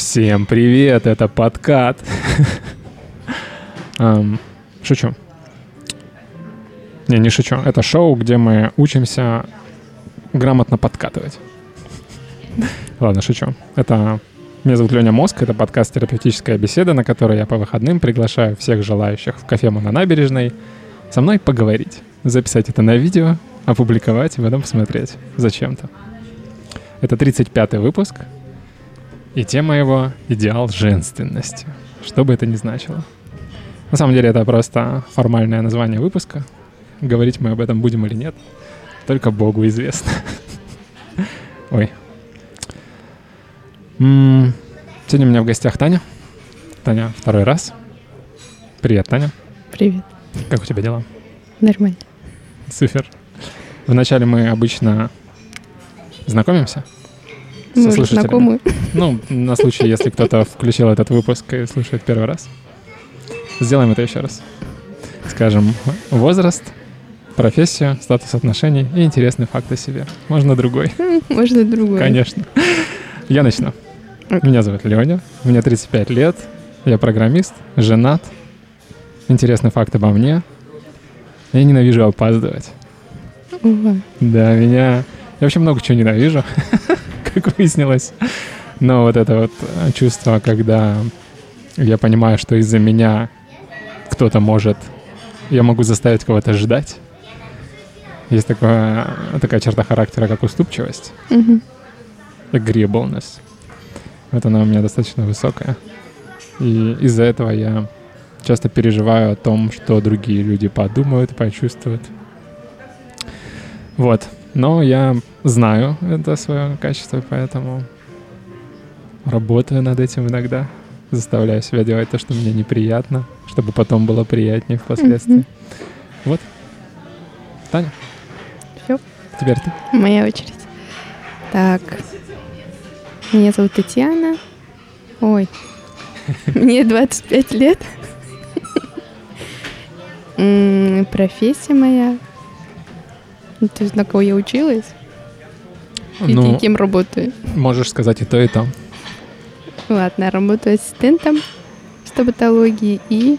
Всем привет, это подкат. Шучу. Не шучу. Это шоу, где мы учимся грамотно подкатывать. Ладно, шучу. Меня зовут Леня Мозг, это подкаст «Терапевтическая беседа», на которой я по выходным приглашаю всех желающих в кафему на набережной со мной поговорить, записать это на видео, опубликовать и потом посмотреть зачем-то. Это 35-й выпуск, и тема его — идеал женственности. Что бы это ни значило. На самом деле это просто формальное название выпуска. Говорить мы об этом будем или нет, только Богу известно. Ой. Сегодня у меня в гостях Таня. Таня, второй раз. Привет, Таня. Привет. Как у тебя дела? Нормально. Супер. Вначале мы обычно знакомимся. Мы уже знакомы. Ну, на случай, если кто-то включил этот выпуск и слушает первый раз. Сделаем это еще раз. Скажем, возраст, профессию, статус отношений и интересный факт о себе. Можно другой. Можно другой. Конечно. Я начну. Меня зовут Леня, мне 35 лет, я программист, женат. Интересный факт обо мне. Я ненавижу опаздывать. Да, я вообще много чего ненавижу, как выяснилось. Но вот это вот чувство, когда я понимаю, что из-за меня я могу заставить кого-то ждать. Есть такая черта характера, как уступчивость. Agreeableness. Вот она у меня достаточно высокая. И из-за этого я часто переживаю о том, что другие люди подумают и почувствуют. Вот. Но я знаю это свое качество, поэтому работаю над этим иногда. Заставляю себя делать то, что мне неприятно, чтобы потом было приятнее впоследствии. Вот. Таня. Все. Теперь ты. Моя очередь. Так. Меня зовут Татьяна. Ой. Мне 25 лет. Профессия моя. То есть на кого я училась? И кем работаю? Можешь сказать и то, и то. Ладно, я работаю ассистентом в стоматологии и...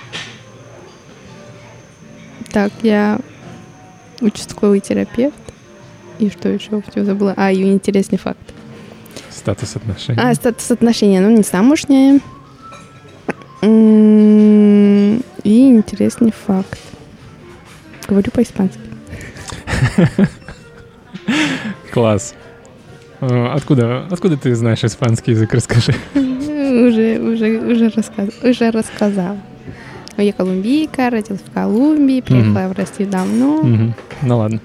Так, я участковый терапевт. И что еще? Все забыла. И интересный факт. Статус отношений. Статус отношений. Ну, не замужняя. И интересный факт. Говорю по-испански. Класс. Откуда ты знаешь испанский язык? Расскажи. Уже рассказала. Я колумбийка, родилась в Колумбии, приехала в Россию давно. Ну ладно.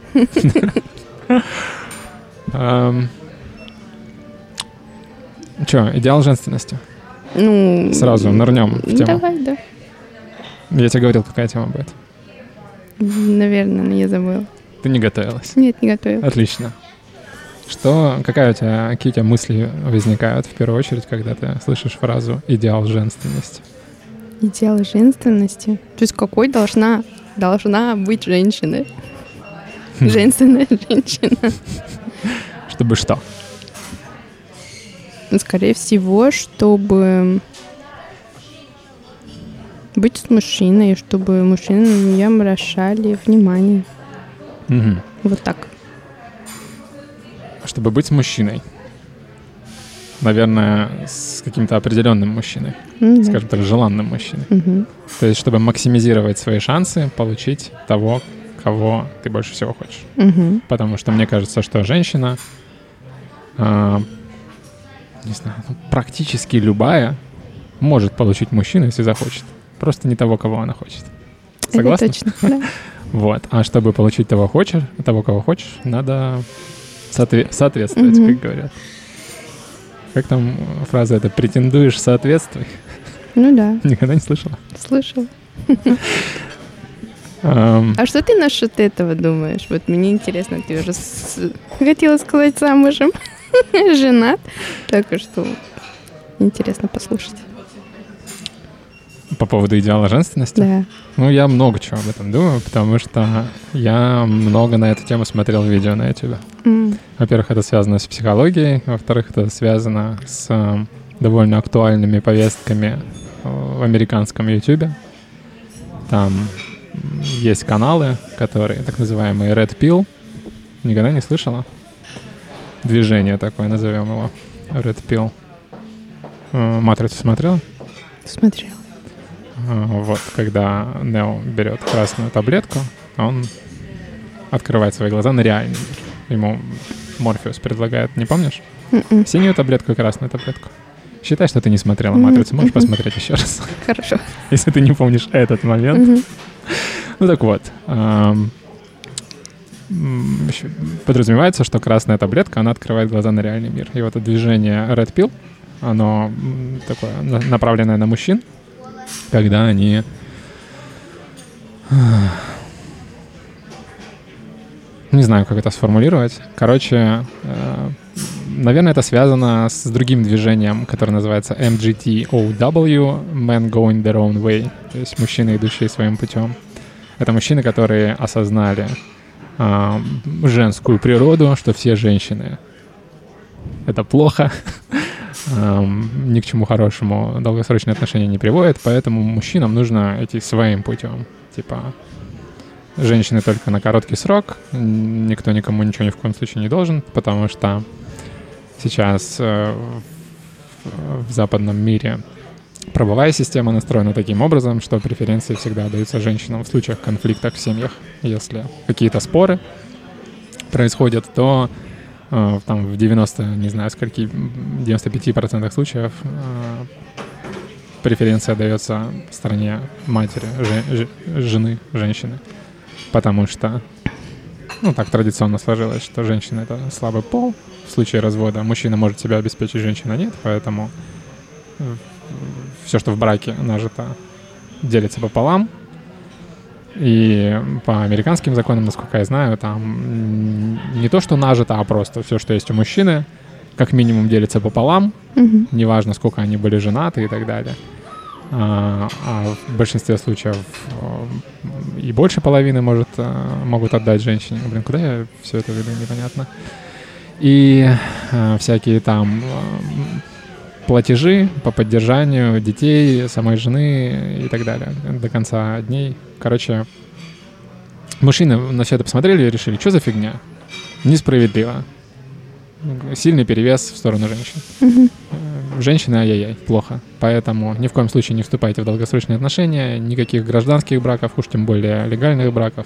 Че, идеал женственности? Сразу нырнем в тему. Давай, да. Я тебе говорил, какая тема будет. Наверное, но я забыла. Ты не готовилась? Нет, не готовилась. Отлично. Какие у тебя мысли возникают в первую очередь, когда ты слышишь фразу «идеал женственности»? Идеал женственности? То есть какой должна быть женщина? Женственная женщина. Чтобы что? Скорее всего, чтобы быть с мужчиной, чтобы мужчины на нее обращали внимание. Вот так. Чтобы быть с мужчиной. Наверное, с каким-то определенным мужчиной. Скажем так, желанным мужчиной. То есть, чтобы максимизировать свои шансы получить того, кого ты больше всего хочешь. Потому что мне кажется, что женщина, не знаю, практически любая может получить мужчину, если захочет. Просто не того, кого она хочет. Согласна? Это точно, да. Вот. А чтобы получить того, кого хочешь, надо соответствовать, как говорят. Как там фраза эта? Претендуешь, соответствуй? Ну да. Никогда не слышала? Слышала. А что ты насчет этого думаешь? Вот мне интересно, ты уже хотела сказать замужем, женат. Так что интересно послушать. По поводу идеала женственности? Да. Я много чего об этом думаю, потому что я много на эту тему смотрел видео на YouTube. Во-первых, это связано с психологией, во-вторых, это связано с довольно актуальными повестками в американском YouTube. Там есть каналы, которые так называемые Red Pill. Никогда не слышала? Движение такое, назовем его. Red Pill. «Матрицу» смотрела? Смотрела. Вот, когда Нео берет красную таблетку, он открывает свои глаза на реальный мир. Ему Морфеус предлагает, не помнишь? Синюю таблетку и красную таблетку. Считай, что ты не смотрела «Матрицу». Можешь посмотреть еще раз. Хорошо. Если ты не помнишь этот момент. Ну так вот. Подразумевается, что красная таблетка, она открывает глаза на реальный мир. И вот это движение Red Pill, оно такое направленное на мужчин, когда они не знаю, как это сформулировать. Короче, наверное, это связано с другим движением, которое называется MGTOW, Men Going Their Own Way, то есть мужчины, идущие своим путем. Это мужчины, которые осознали женскую природу, что все женщины — это плохо, ни к чему хорошему долгосрочные отношения не приводят, поэтому мужчинам нужно идти своим путем. Типа, женщины только на короткий срок, никто никому ничего ни в коем случае не должен, потому что сейчас в западном мире правовая система настроена таким образом, что преференции всегда отдаются женщинам в случаях конфликтов в семьях. Если какие-то споры происходят, то там в 95% случаев преференция дается стороне матери, жены, женщины. Потому что, так традиционно сложилось, что женщина — это слабый пол. В случае развода мужчина может себя обеспечить, женщина нет, поэтому все, что в браке нажито, делится пополам. И по американским законам, насколько я знаю, там не то, что нажито, а просто все, что есть у мужчины, как минимум делится пополам. Неважно, сколько они были женаты и так далее. А в большинстве случаев и больше половины могут отдать женщине. Куда я все это веду, непонятно. И всякие там платежи по поддержанию детей, самой жены и так далее до конца дней. Короче, мужчины на все это посмотрели и решили, что за фигня? Несправедливо. Сильный перевес в сторону женщин. Женщины, ай-яй-яй, плохо. Поэтому ни в коем случае не вступайте в долгосрочные отношения, никаких гражданских браков, уж тем более легальных браков.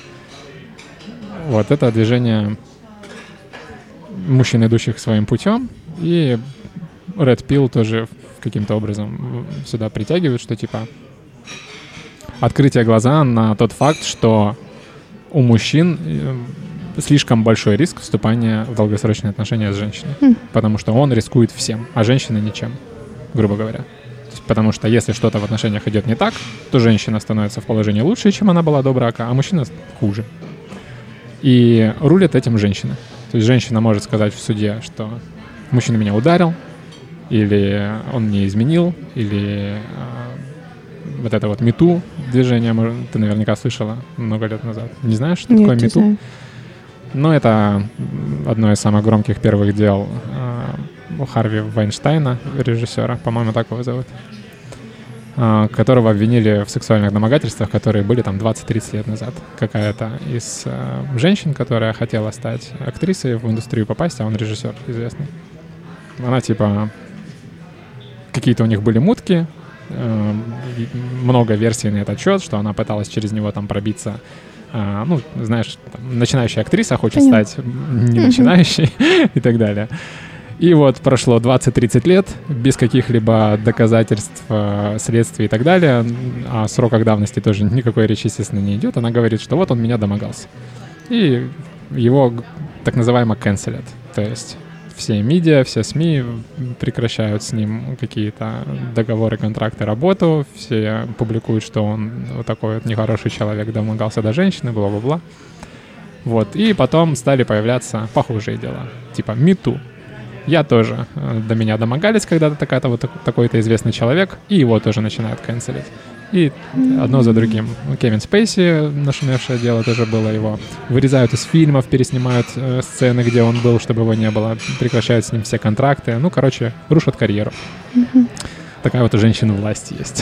Вот это движение мужчин, идущих своим путем, и Red Pill тоже каким-то образом сюда притягивают, что типа открытие глаза на тот факт, что у мужчин слишком большой риск вступания в долгосрочные отношения с женщиной, потому что он рискует всем, а женщина ничем, грубо говоря. Потому что если что-то в отношениях идет не так, то женщина становится в положении лучше, чем она была до брака, а мужчина хуже. И рулит этим женщина. То есть женщина может сказать в суде, что мужчина меня ударил, или он мне изменил, или вот это вот MeToo движение, ты наверняка слышала много лет назад. Не знаешь, что такое MeToo? Ну, это одно из самых громких первых дел Харви Вайнштейна, режиссера, по-моему, так его зовут, которого обвинили в сексуальных домогательствах, которые были там 20-30 лет назад. Какая-то из женщин, которая хотела стать актрисой, в индустрию попасть, а он режиссер известный. Она типа... Какие-то у них были мутки, много версий на этот счет, что она пыталась через него там пробиться. Знаешь, там, начинающая актриса хочет стать не начинающей и так далее. И вот прошло 20-30 лет без каких-либо доказательств, следствий и так далее. О сроках давности тоже никакой речи, естественно, не идет. Она говорит, что вот он меня домогался. И его так называемо канцелят. То есть все медиа, все СМИ прекращают с ним какие-то договоры, контракты, работу. Все публикуют, что он вот такой вот нехороший человек, домогался до женщины, бла-бла-бла. Вот. И потом стали появляться похожие дела. Типа MeToo. Я тоже. До меня домогались когда-то такой-то известный человек, и его тоже начинают канцелить. И одно за другим. Кевин Спейси, нашумевшее дело, тоже было его. Вырезают из фильмов, переснимают сцены, где он был, чтобы его не было. Прекращают с ним все контракты. Ну, короче, рушат карьеру. Такая вот у женщин власть есть.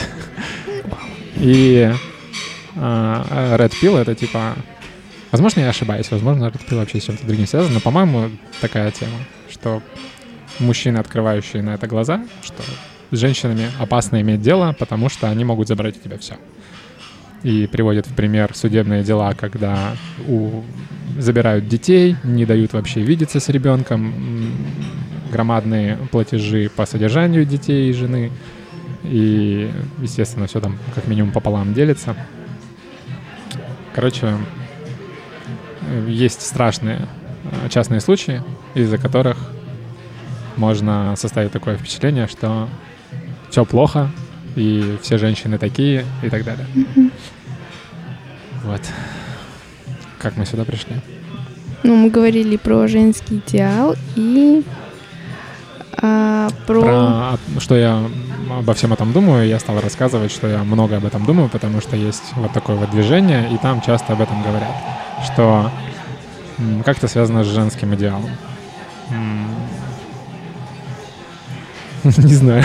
И Red Pill — это типа... Возможно, я ошибаюсь. Возможно, Red Pill вообще с чем-то другим связан. Но, по-моему, такая тема, что мужчины, открывающие на это глаза, что с женщинами опасно иметь дело, потому что они могут забрать у тебя все. И приводят в пример судебные дела, когда забирают детей, не дают вообще видеться с ребенком, громадные платежи по содержанию детей и жены. И, естественно, все там как минимум пополам делится. Короче, есть страшные частные случаи, из-за которых можно составить такое впечатление, что все плохо, и все женщины такие, и так далее. Вот. Как мы сюда пришли? Ну, мы говорили про женский идеал и про... Что я обо всем этом думаю, я стал рассказывать, что я много об этом думаю, потому что есть вот такое вот движение, и там часто об этом говорят, что как-то связано с женским идеалом. Не знаю.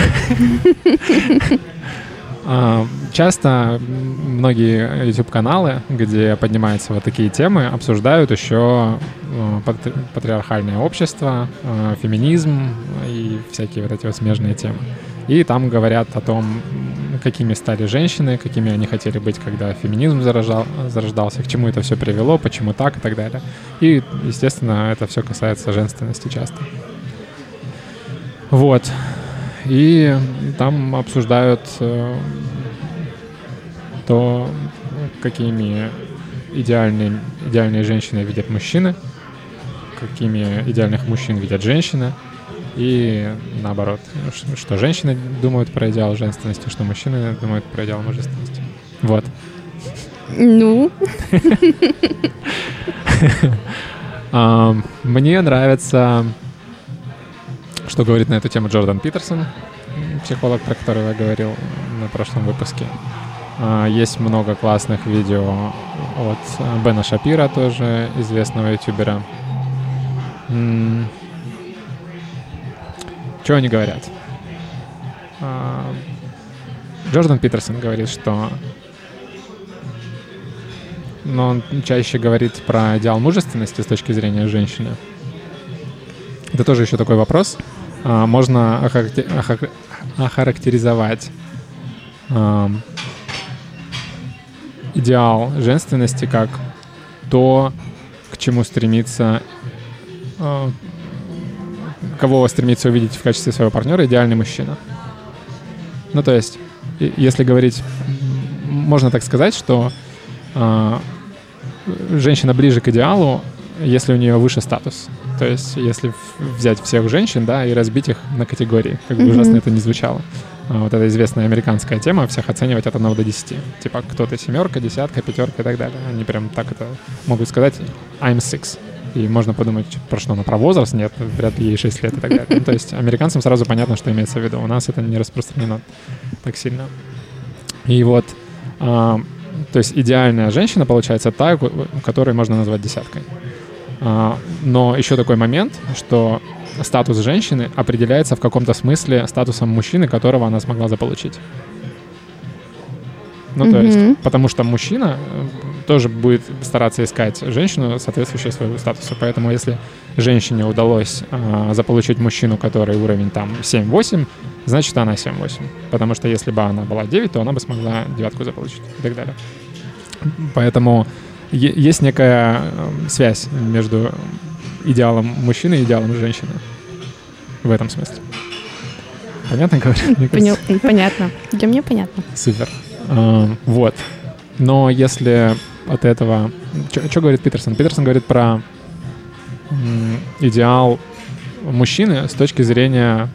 Часто многие YouTube-каналы, где поднимаются вот такие темы, обсуждают еще патриархальное общество, феминизм и всякие вот эти вот смежные темы. И там говорят о том, какими стали женщины, какими они хотели быть, когда феминизм зарождался, к чему это все привело, почему так и так далее. И, естественно, это все касается женственности часто. Вот. И там обсуждают то, какими идеальные женщины видят мужчины, какими идеальных мужчин видят женщины, и наоборот, что женщины думают про идеал женственности, что мужчины думают про идеал мужественности. Вот. Ну? Мне нравится, что говорит на эту тему Джордан Питерсон, психолог, про которого я говорил на прошлом выпуске. Есть много классных видео от Бена Шапира, тоже известного ютубера. Что они говорят? Джордан Питерсон говорит, что... Но он чаще говорит про идеал мужественности с точки зрения женщины. Это тоже еще такой вопрос. Можно охарактеризовать идеал женственности как то, к чему стремится, кого стремится увидеть в качестве своего партнера идеальный мужчина. Ну, то есть, если говорить, можно так сказать, что женщина ближе к идеалу, если у нее выше статус. То есть, если взять всех женщин, да, и разбить их на категории, как бы ужасно это ни звучало. Вот эта известная американская тема, всех оценивать от 1 до 10. Типа, кто-то 7, 10, 5 и так далее. Они прям так это могут сказать «I'm 6». И можно подумать, про что? Про возраст? Нет, вряд ли ей 6 лет и так далее. Ну, то есть американцам сразу понятно, что имеется в виду. У нас это не распространено так сильно. И вот, то есть идеальная женщина, получается, та, которую можно назвать десяткой. Но еще такой момент, что статус женщины определяется в каком-то смысле статусом мужчины, которого она смогла заполучить. Ну, то есть, потому что мужчина тоже будет стараться искать женщину, соответствующую своему статусу. Поэтому если женщине удалось заполучить мужчину, который уровень там 7-8, значит, она 7-8. Потому что если бы она была 9, то она бы смогла 9 заполучить и так далее. Поэтому есть некая связь между идеалом мужчины и идеалом женщины. В этом смысле. Понятно говорю? Понятно. Для меня понятно. Супер. Вот. Но если от этого... Что говорит Питерсон? Питерсон говорит про идеал мужчины с точки зрения...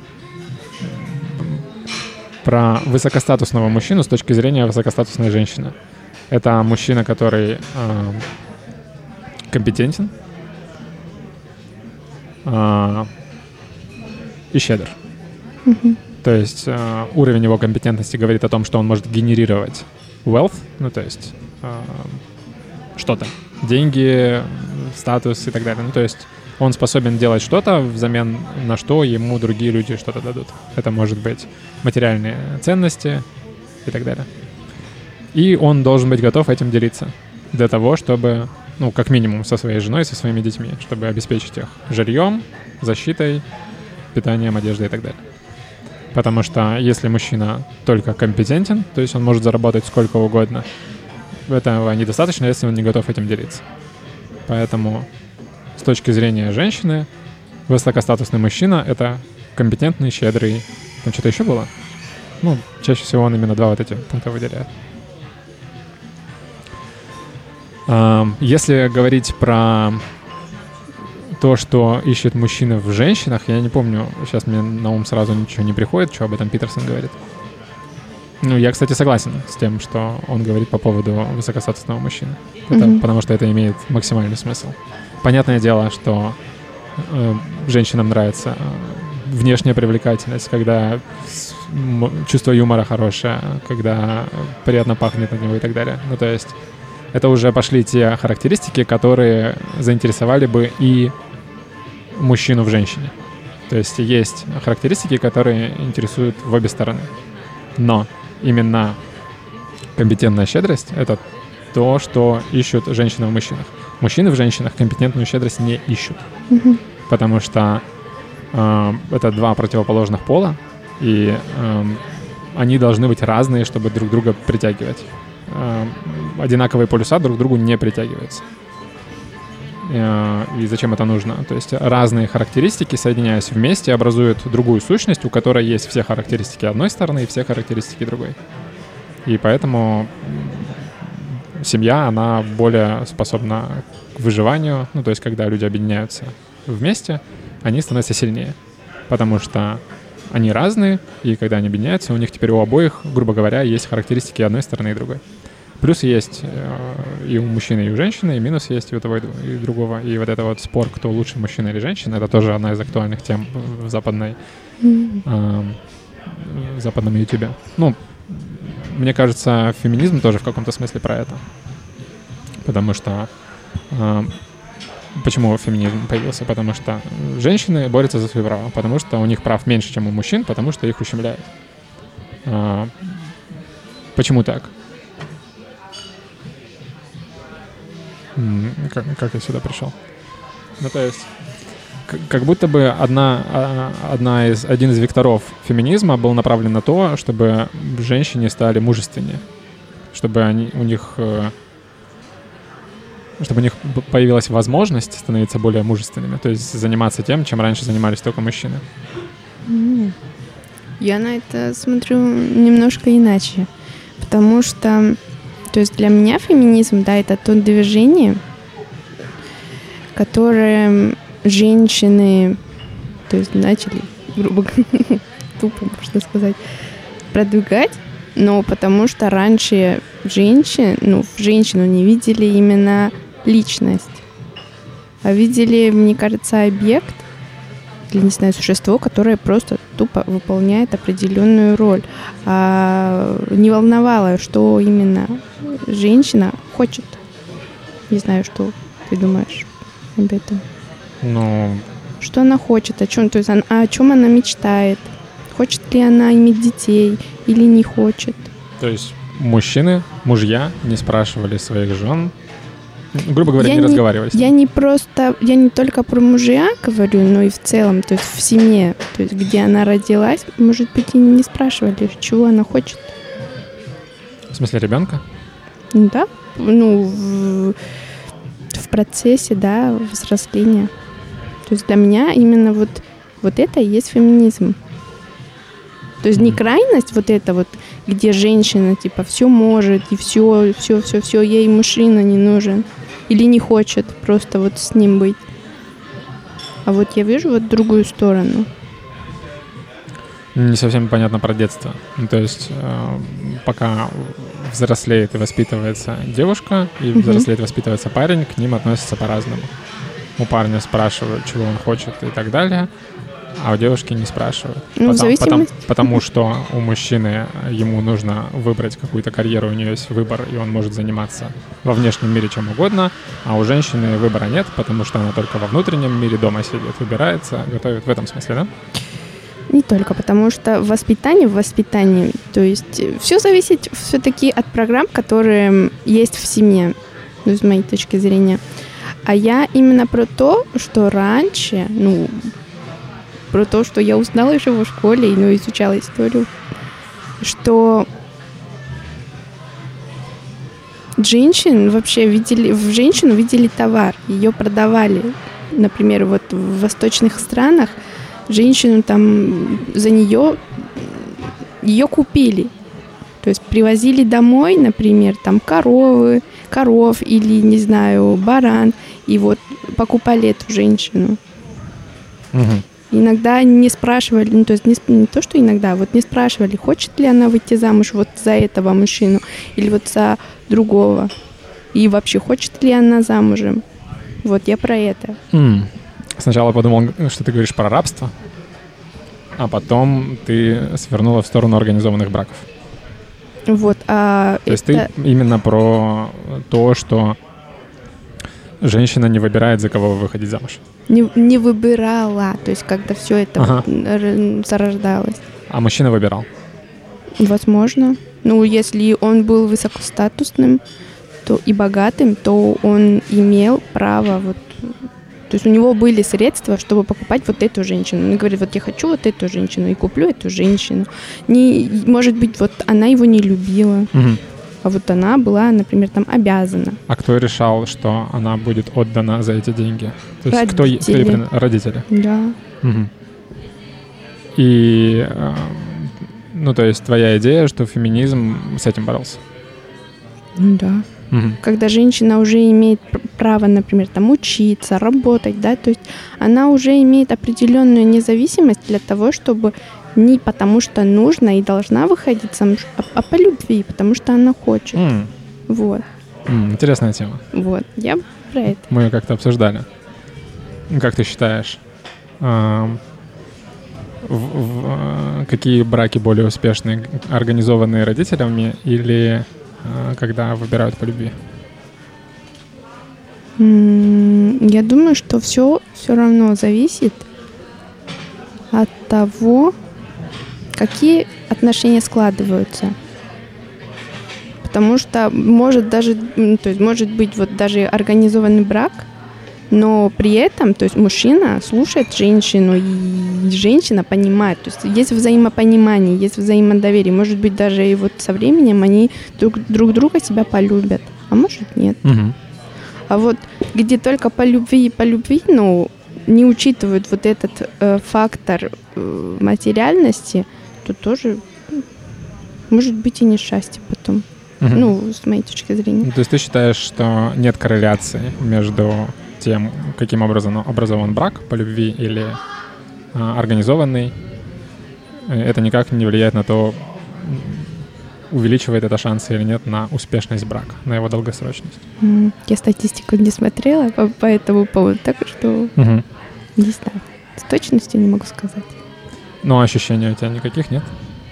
Про высокостатусного мужчину с точки зрения высокостатусной женщины. Это мужчина, который компетентен и щедр. То То есть уровень его компетентности говорит о том, что он может генерировать wealth, ну то есть что-то, деньги, статус и так далее. Ну то есть он способен делать что-то, взамен на что ему другие люди что-то дадут. Это может быть материальные ценности и так далее. И он должен быть готов этим делиться для того, чтобы, ну, как минимум со своей женой, со своими детьми, чтобы обеспечить их жильем, защитой, питанием, одеждой и так далее. Потому что если мужчина только компетентен, то есть он может заработать сколько угодно, этого недостаточно, если он не готов этим делиться. Поэтому с точки зрения женщины, высокостатусный мужчина — это компетентный, щедрый. Там что-то еще было? Ну, чаще всего он именно 2 вот эти пункта выделяет. Если говорить про то, что ищет мужчины в женщинах, я не помню, сейчас мне на ум сразу ничего не приходит, что об этом Питерсон говорит. Ну, я, кстати, согласен с тем, что он говорит по поводу высокостатусного мужчины. Это, потому что это имеет максимальный смысл. Понятное дело, что женщинам нравится внешняя привлекательность, когда чувство юмора хорошее, когда приятно пахнет от него и так далее. Ну, то есть это уже пошли те характеристики, которые заинтересовали бы и мужчину в женщине. То есть есть характеристики, которые интересуют в обе стороны. Но именно компетентная щедрость — это то, что ищут женщины в мужчинах. Мужчины в женщинах компетентную щедрость не ищут. Потому что это 2 противоположных пола, и они должны быть разные, чтобы друг друга притягивать. Одинаковые полюса друг к другу не притягиваются. И зачем это нужно? То есть разные характеристики, соединяясь вместе, образуют другую сущность, у которой есть все характеристики одной стороны и все характеристики другой. И поэтому семья, она более способна к выживанию. Ну, то есть когда люди объединяются вместе, они становятся сильнее. Потому что они разные, и когда они объединяются, у них теперь у обоих, грубо говоря, есть характеристики одной стороны и другой. Плюс есть и у мужчины, и у женщины, и минус есть и у того, и у другого. И вот это вот спор, кто лучше, мужчина или женщина, это тоже одна из актуальных тем в западном ютубе. Ну, мне кажется, феминизм тоже в каком-то смысле про это. Потому что... Почему феминизм появился? Потому что женщины борются за свои права, потому что у них прав меньше, чем у мужчин, потому что их ущемляют. Почему так? Как я сюда пришел? Ну, то есть, как будто бы один из векторов феминизма был направлен на то, чтобы женщины стали мужественнее, чтобы у них появилась возможность становиться более мужественными, то есть заниматься тем, чем раньше занимались только мужчины. Я на это смотрю немножко иначе, потому что, то есть для меня феминизм, да, это то движение, которое женщины, то есть начали, грубо говоря, тупо, можно сказать, продвигать, но потому что раньше в женщину не видели именно личность, а видели, мне кажется, объект или, не знаю, существо, которое просто тупо выполняет определенную роль. А не волновало, что именно женщина хочет. Не знаю, что ты думаешь об этом. Что она хочет, о чем, то есть о чем она мечтает, хочет ли она иметь детей или не хочет. То есть мужья не спрашивали своих жен, грубо говоря, не разговаривали с ними. Я не только про мужья говорю, но и в целом, то есть в семье, то есть где она родилась, может быть, и не спрашивали, чего она хочет. В смысле ребенка? Да, в процессе, да, взросления. То есть для меня именно вот это и есть феминизм. То есть не крайность вот это вот, где женщина типа все может и все, ей мужчина не нужен или не хочет просто вот с ним быть. А вот я вижу вот другую сторону. Не совсем понятно про детство. То есть пока взрослеет и воспитывается девушка, и взрослеет и воспитывается парень, к ним относятся по-разному. У парня спрашивают, чего он хочет и так далее. а у девушки не спрашивают. Ну, в зависимости. Потому что у мужчины ему нужно выбрать какую-то карьеру, у нее есть выбор, и он может заниматься во внешнем мире чем угодно, а у женщины выбора нет, потому что она только во внутреннем мире дома сидит, выбирается, готовит. В этом смысле, да? Не только, потому что в воспитании, то есть все зависит все-таки от программ, которые есть в семье, ну, с моей точки зрения. А я именно про то, что раньше, про то, что я узнала еще в школе, изучала историю, что женщину видели товар, ее продавали. Например, вот в восточных странах женщину там ее купили. То есть привозили домой, например, там коров или, не знаю, баран, и вот покупали эту женщину. Угу. Иногда не спрашивали, то есть не то, что иногда, вот не спрашивали, хочет ли она выйти замуж вот за этого мужчину или вот за другого. И вообще, хочет ли она замужем. Вот я про это. Сначала подумал, что ты говоришь про рабство, а потом ты свернула в сторону организованных браков. Вот, То есть ты именно про то, что женщина не выбирает, за кого выходить замуж. Не выбирала, то есть когда все это зарождалось. А мужчина выбирал? Возможно. Если он был высокостатусным и богатым, то он имел право то есть у него были средства, чтобы покупать вот эту женщину. Он говорит, вот я хочу вот эту женщину и куплю эту женщину. Может быть, вот она его не любила, а вот она была, например, там обязана. А кто решал, что она будет отдана за эти деньги? То есть родители. Родители? Да. Угу. И, то есть твоя идея, что феминизм с этим боролся? Да. Угу. Когда женщина уже имеет право, например, там учиться, работать, да, то есть она уже имеет определенную независимость для того, чтобы не потому что нужно и должна выходить замуж, а по любви, потому что она хочет. Вот. Интересная тема. Вот, я про это. Мы ее как-то обсуждали. Как ты считаешь, какие браки более успешные? Организованные родителями или когда выбирают по любви? Я думаю, что все равно зависит от того, какие отношения складываются. Потому что может быть вот даже организованный брак, но при этом, то есть мужчина слушает женщину, и женщина понимает, то есть есть взаимопонимание, есть взаимодоверие, может быть даже и вот со временем они друг друга себя полюбят, а может нет. Угу. А вот где только по любви, не учитывают вот этот фактор материальности, то тоже может быть и несчастье потом. Угу. С моей точки зрения. То есть ты считаешь, что нет корреляции между тем, каким образом образован брак по любви или организованный? Это никак не влияет на то, увеличивает это шансы или нет на успешность брака, на его долгосрочность? Я статистику не смотрела по этому поводу, так что не знаю. С точностью не могу сказать. Но ощущений у тебя никаких нет?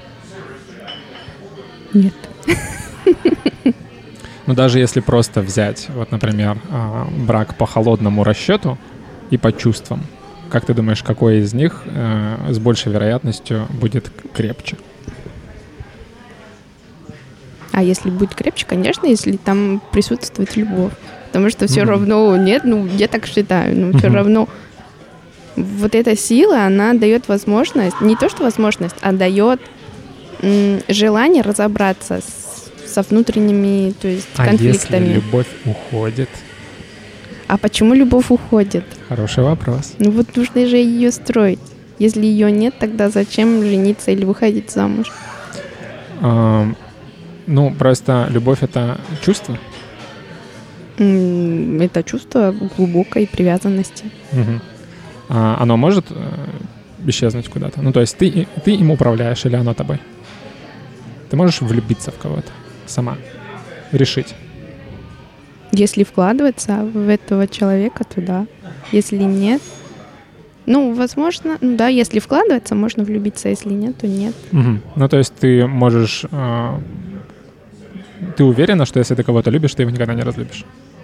Нет. Даже если просто взять, вот, например, брак по холодному расчету и по чувствам, как ты думаешь, какой из них с большей вероятностью будет крепче? А если будет крепче, конечно, если там присутствует любовь. Потому что все равно нет, я так считаю, все равно вот эта сила, она дает возможность, не то что возможность, а дает желание разобраться со внутренними, то есть конфликтами. А если любовь уходит? А почему любовь уходит? Хороший вопрос. Вот нужно же ее строить. Если ее нет, тогда зачем жениться или выходить замуж? Просто любовь — это чувство? Это чувство глубокой привязанности. Угу. Оно может исчезнуть куда-то? То есть ты им управляешь или оно тобой? Ты можешь влюбиться в кого-то сама? Решить? Если вкладываться в этого человека, то да. Если нет, Ну, возможно, ну да, если вкладываться, можно влюбиться, если нет, то нет. Угу. Ну, то есть ты можешь... Ты уверена, что если ты кого-то любишь, ты его никогда не разлюбишь?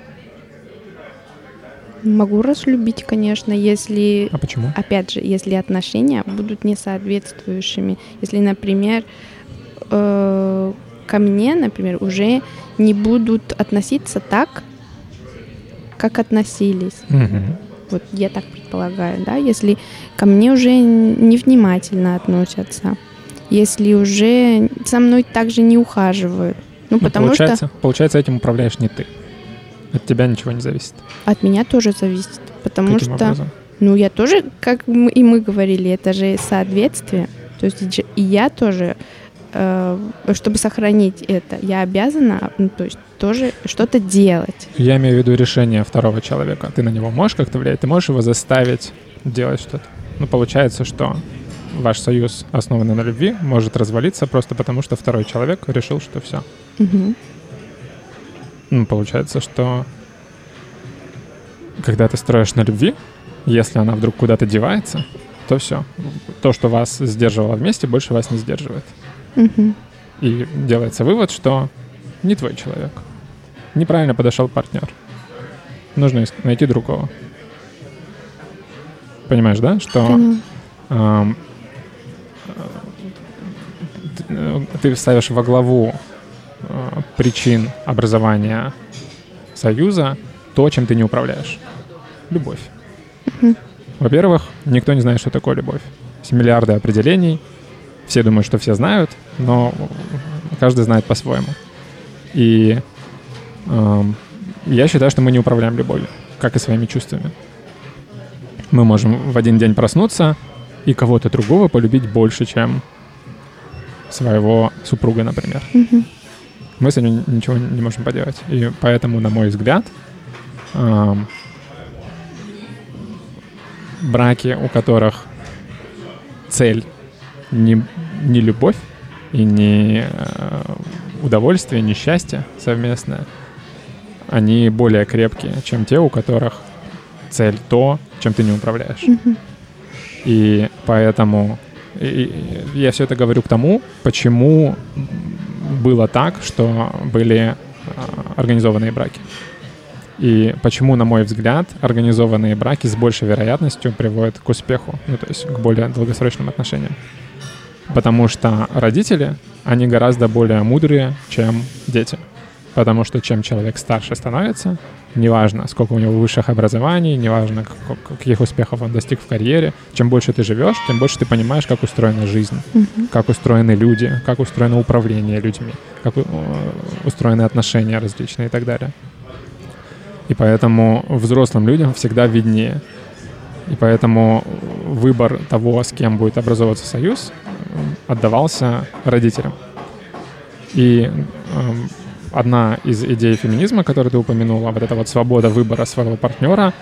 Могу разлюбить, конечно, если... А почему? Опять же, если отношения будут несоответствующими. Если, например, ко мне, например, уже не будут относиться так, как относились. Угу. Вот я так предполагаю, да, если ко мне уже невнимательно относятся, если уже со мной также не ухаживают. Ну, потому что Получается, этим управляешь не ты. От тебя ничего не зависит. от меня тоже зависит, потому Каким что, образом? ну, я тоже, как мы говорили, это же соответствие. То есть и я тоже, чтобы сохранить это, я обязана, ну, то есть тоже что-то делать. Я имею в виду решение второго человека. Ты на него можешь как-то влиять? Ты можешь его заставить делать что-то? Ну, получается, что ваш союз, основанный на любви, может развалиться просто потому, что второй человек решил, что все. Угу. Ну, получается, что когда ты строишь на любви, если она вдруг куда-то девается, то все. То, что вас сдерживало вместе, больше вас не сдерживает. Угу. И делается вывод, что не твой человек. Неправильно подошел партнер. Нужно найти другого. Понимаешь, да? Что ты ставишь во главу причин образования союза то, чем ты не управляешь. Любовь. Во-первых, никто не знает, что такое любовь. Есть миллиарды определений. Все думают, что все знают, но каждый знает по-своему. И я считаю, что мы не управляем любовью, как и своими чувствами. Мы можем в один день проснуться и кого-то другого полюбить больше, чем своего супруга, например. Угу. Мы с этим ничего не можем поделать. И поэтому, на мой взгляд, браки, у которых цель не любовь и не удовольствие, не счастье совместное, они более крепкие, чем те, у которых цель то, чем ты не управляешь. Угу. И поэтому я все это говорю к тому, почему было так, что были организованные браки. И почему, на мой взгляд, организованные браки с большей вероятностью приводят к успеху, ну, то есть к более долгосрочным отношениям. Потому что родители, они гораздо более мудрые, чем дети. Потому что чем человек старше становится, неважно, сколько у него высших образований, неважно, каких успехов он достиг в карьере, чем больше ты живешь, тем больше ты понимаешь, как устроена жизнь, как устроены люди, как устроено управление людьми, как устроены отношения различные и так далее. И поэтому взрослым людям всегда виднее. И поэтому выбор того, с кем будет образовываться союз, отдавался родителям. И одна из идей феминизма, которую ты упомянула, вот эта вот свобода выбора своего партнера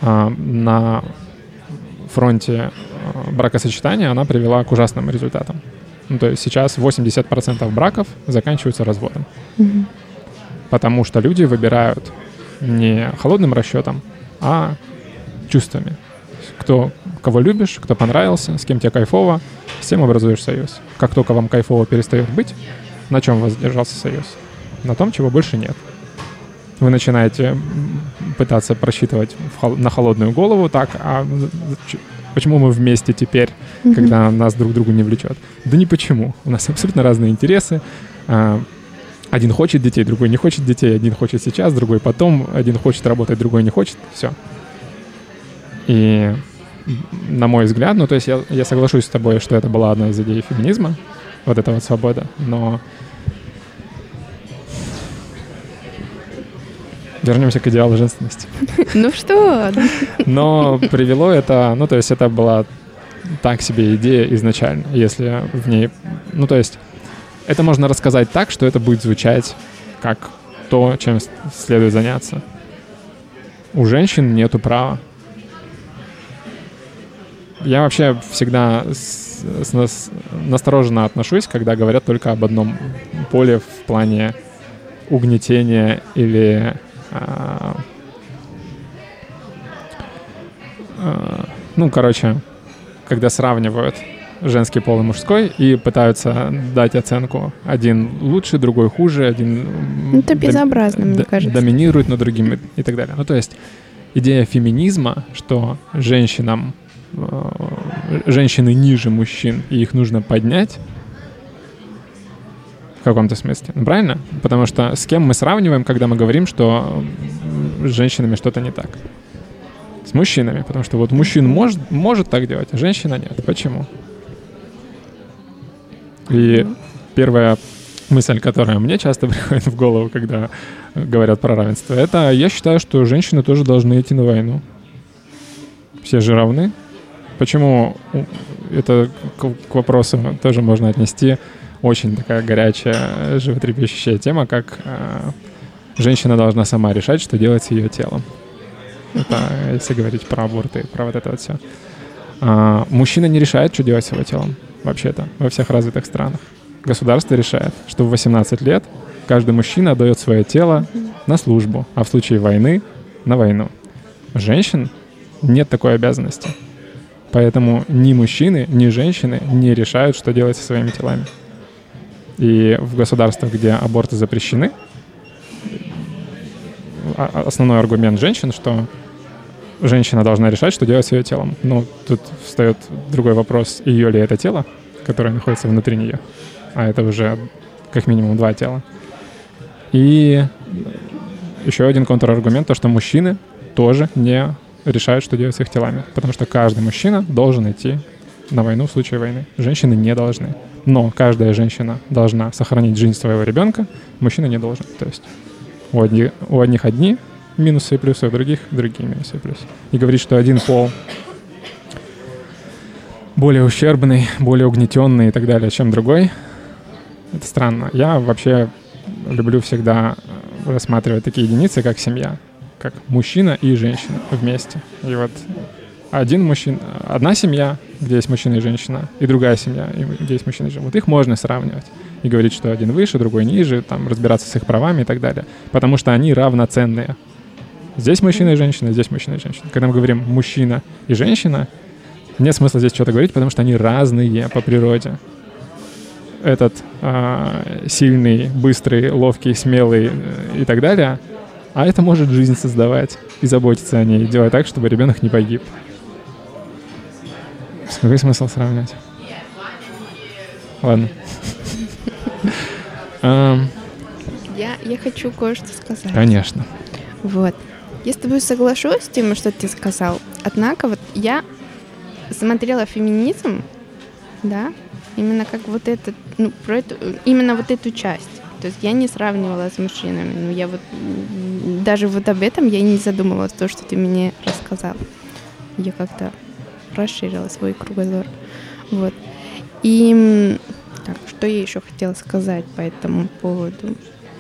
на фронте бракосочетания, она привела к ужасным результатам. Ну, то есть сейчас 80% браков заканчиваются разводом. Угу. Потому что люди выбирают не холодным расчетом, а чувствами. Кого любишь, кто понравился, с кем тебе кайфово, с тем образуешь союз. Как только вам кайфово перестает быть, на чем у вас держался союз? На том, чего больше нет. Вы начинаете пытаться просчитывать на холодную голову, так, а почему мы вместе теперь, когда нас друг к другу не влечет? Да ни почему. У нас абсолютно разные интересы. Один хочет детей, другой не хочет детей. Один хочет сейчас, другой потом. Один хочет работать, другой не хочет. Все. И, на мой взгляд, ну, то есть я соглашусь с тобой, что это была одна из идей феминизма, вот эта вот свобода, но вернемся к идеалу женственности. Ну что? Но привело это, ну, то есть это была так себе идея изначально, если в ней, ну, то есть это можно рассказать так, что это будет звучать как то, чем следует заняться. У женщин нету права. Я вообще всегда настороженно отношусь, когда говорят только об одном поле в плане угнетения или когда сравнивают женский пол и мужской и пытаются дать оценку. Один лучше, другой хуже, один это безобразно, мне кажется. Доминирует над другим и так далее. То есть идея феминизма, что женщины ниже мужчин, и их нужно поднять в каком-то смысле. Правильно? Потому что с кем мы сравниваем, когда мы говорим, что с женщинами что-то не так? С мужчинами. Потому что вот мужчина может так делать, а женщина нет. Почему? И первая мысль, которая мне часто приходит в голову, когда говорят про равенство, это я считаю, что женщины тоже должны идти на войну. Все же равны. Почему? Это к вопросу тоже можно отнести очень такая горячая, животрепещущая тема, как женщина должна сама решать, что делать с ее телом. Это если говорить про аборты, про вот это вот все. Мужчина не решает, что делать с его телом. Вообще-то, во всех развитых странах. Государство решает, что в 18 лет каждый мужчина отдает свое тело на службу, а в случае войны — на войну. Женщин нет такой обязанности. Поэтому ни мужчины, ни женщины не решают, что делать со своими телами. И в государствах, где аборты запрещены, основной аргумент женщин, что женщина должна решать, что делать с ее телом. Но тут встает другой вопрос, ее ли это тело, которое находится внутри нее. А это уже как минимум 2 тела. И еще один контраргумент, то, что мужчины тоже не решают, что делать с их телами. Потому что каждый мужчина должен идти на войну в случае войны. Женщины не должны. Но каждая женщина должна сохранить жизнь своего ребенка, мужчина не должен. То есть у одних одни минусы и плюсы, у других другие минусы и плюсы. И говорить, что один пол более ущербный, более угнетенный и так далее, чем другой, это странно. Я вообще люблю всегда рассматривать такие единицы, как семья, как мужчина и женщина вместе. И вот одна семья, где есть мужчина и женщина, и другая семья, где есть мужчина и женщина. Вот их можно сравнивать и говорить, что один выше, другой ниже, там, разбираться с их правами и так далее. Потому что они равноценные. Здесь мужчина и женщина, здесь мужчина и женщина. Когда мы говорим мужчина и женщина, нет смысла здесь что-то говорить, потому что они разные по природе. Этот сильный, быстрый, ловкий, смелый и так далее, а это может жизнь создавать и заботиться о ней, и делать так, чтобы ребенок не погиб. Какой смысл сравнивать? Ладно. Я хочу кое-что сказать. Конечно. Вот. Я с тобой соглашусь с тем, что ты сказал. Однако вот я смотрела феминизм, да, именно как вот этот, именно вот эту часть. То есть я не сравнивала с мужчинами. Но я вот даже вот об этом я не задумывалась, то, что ты мне рассказал. Я как-то расширила свой кругозор. Вот. И так, что я еще хотела сказать по этому поводу?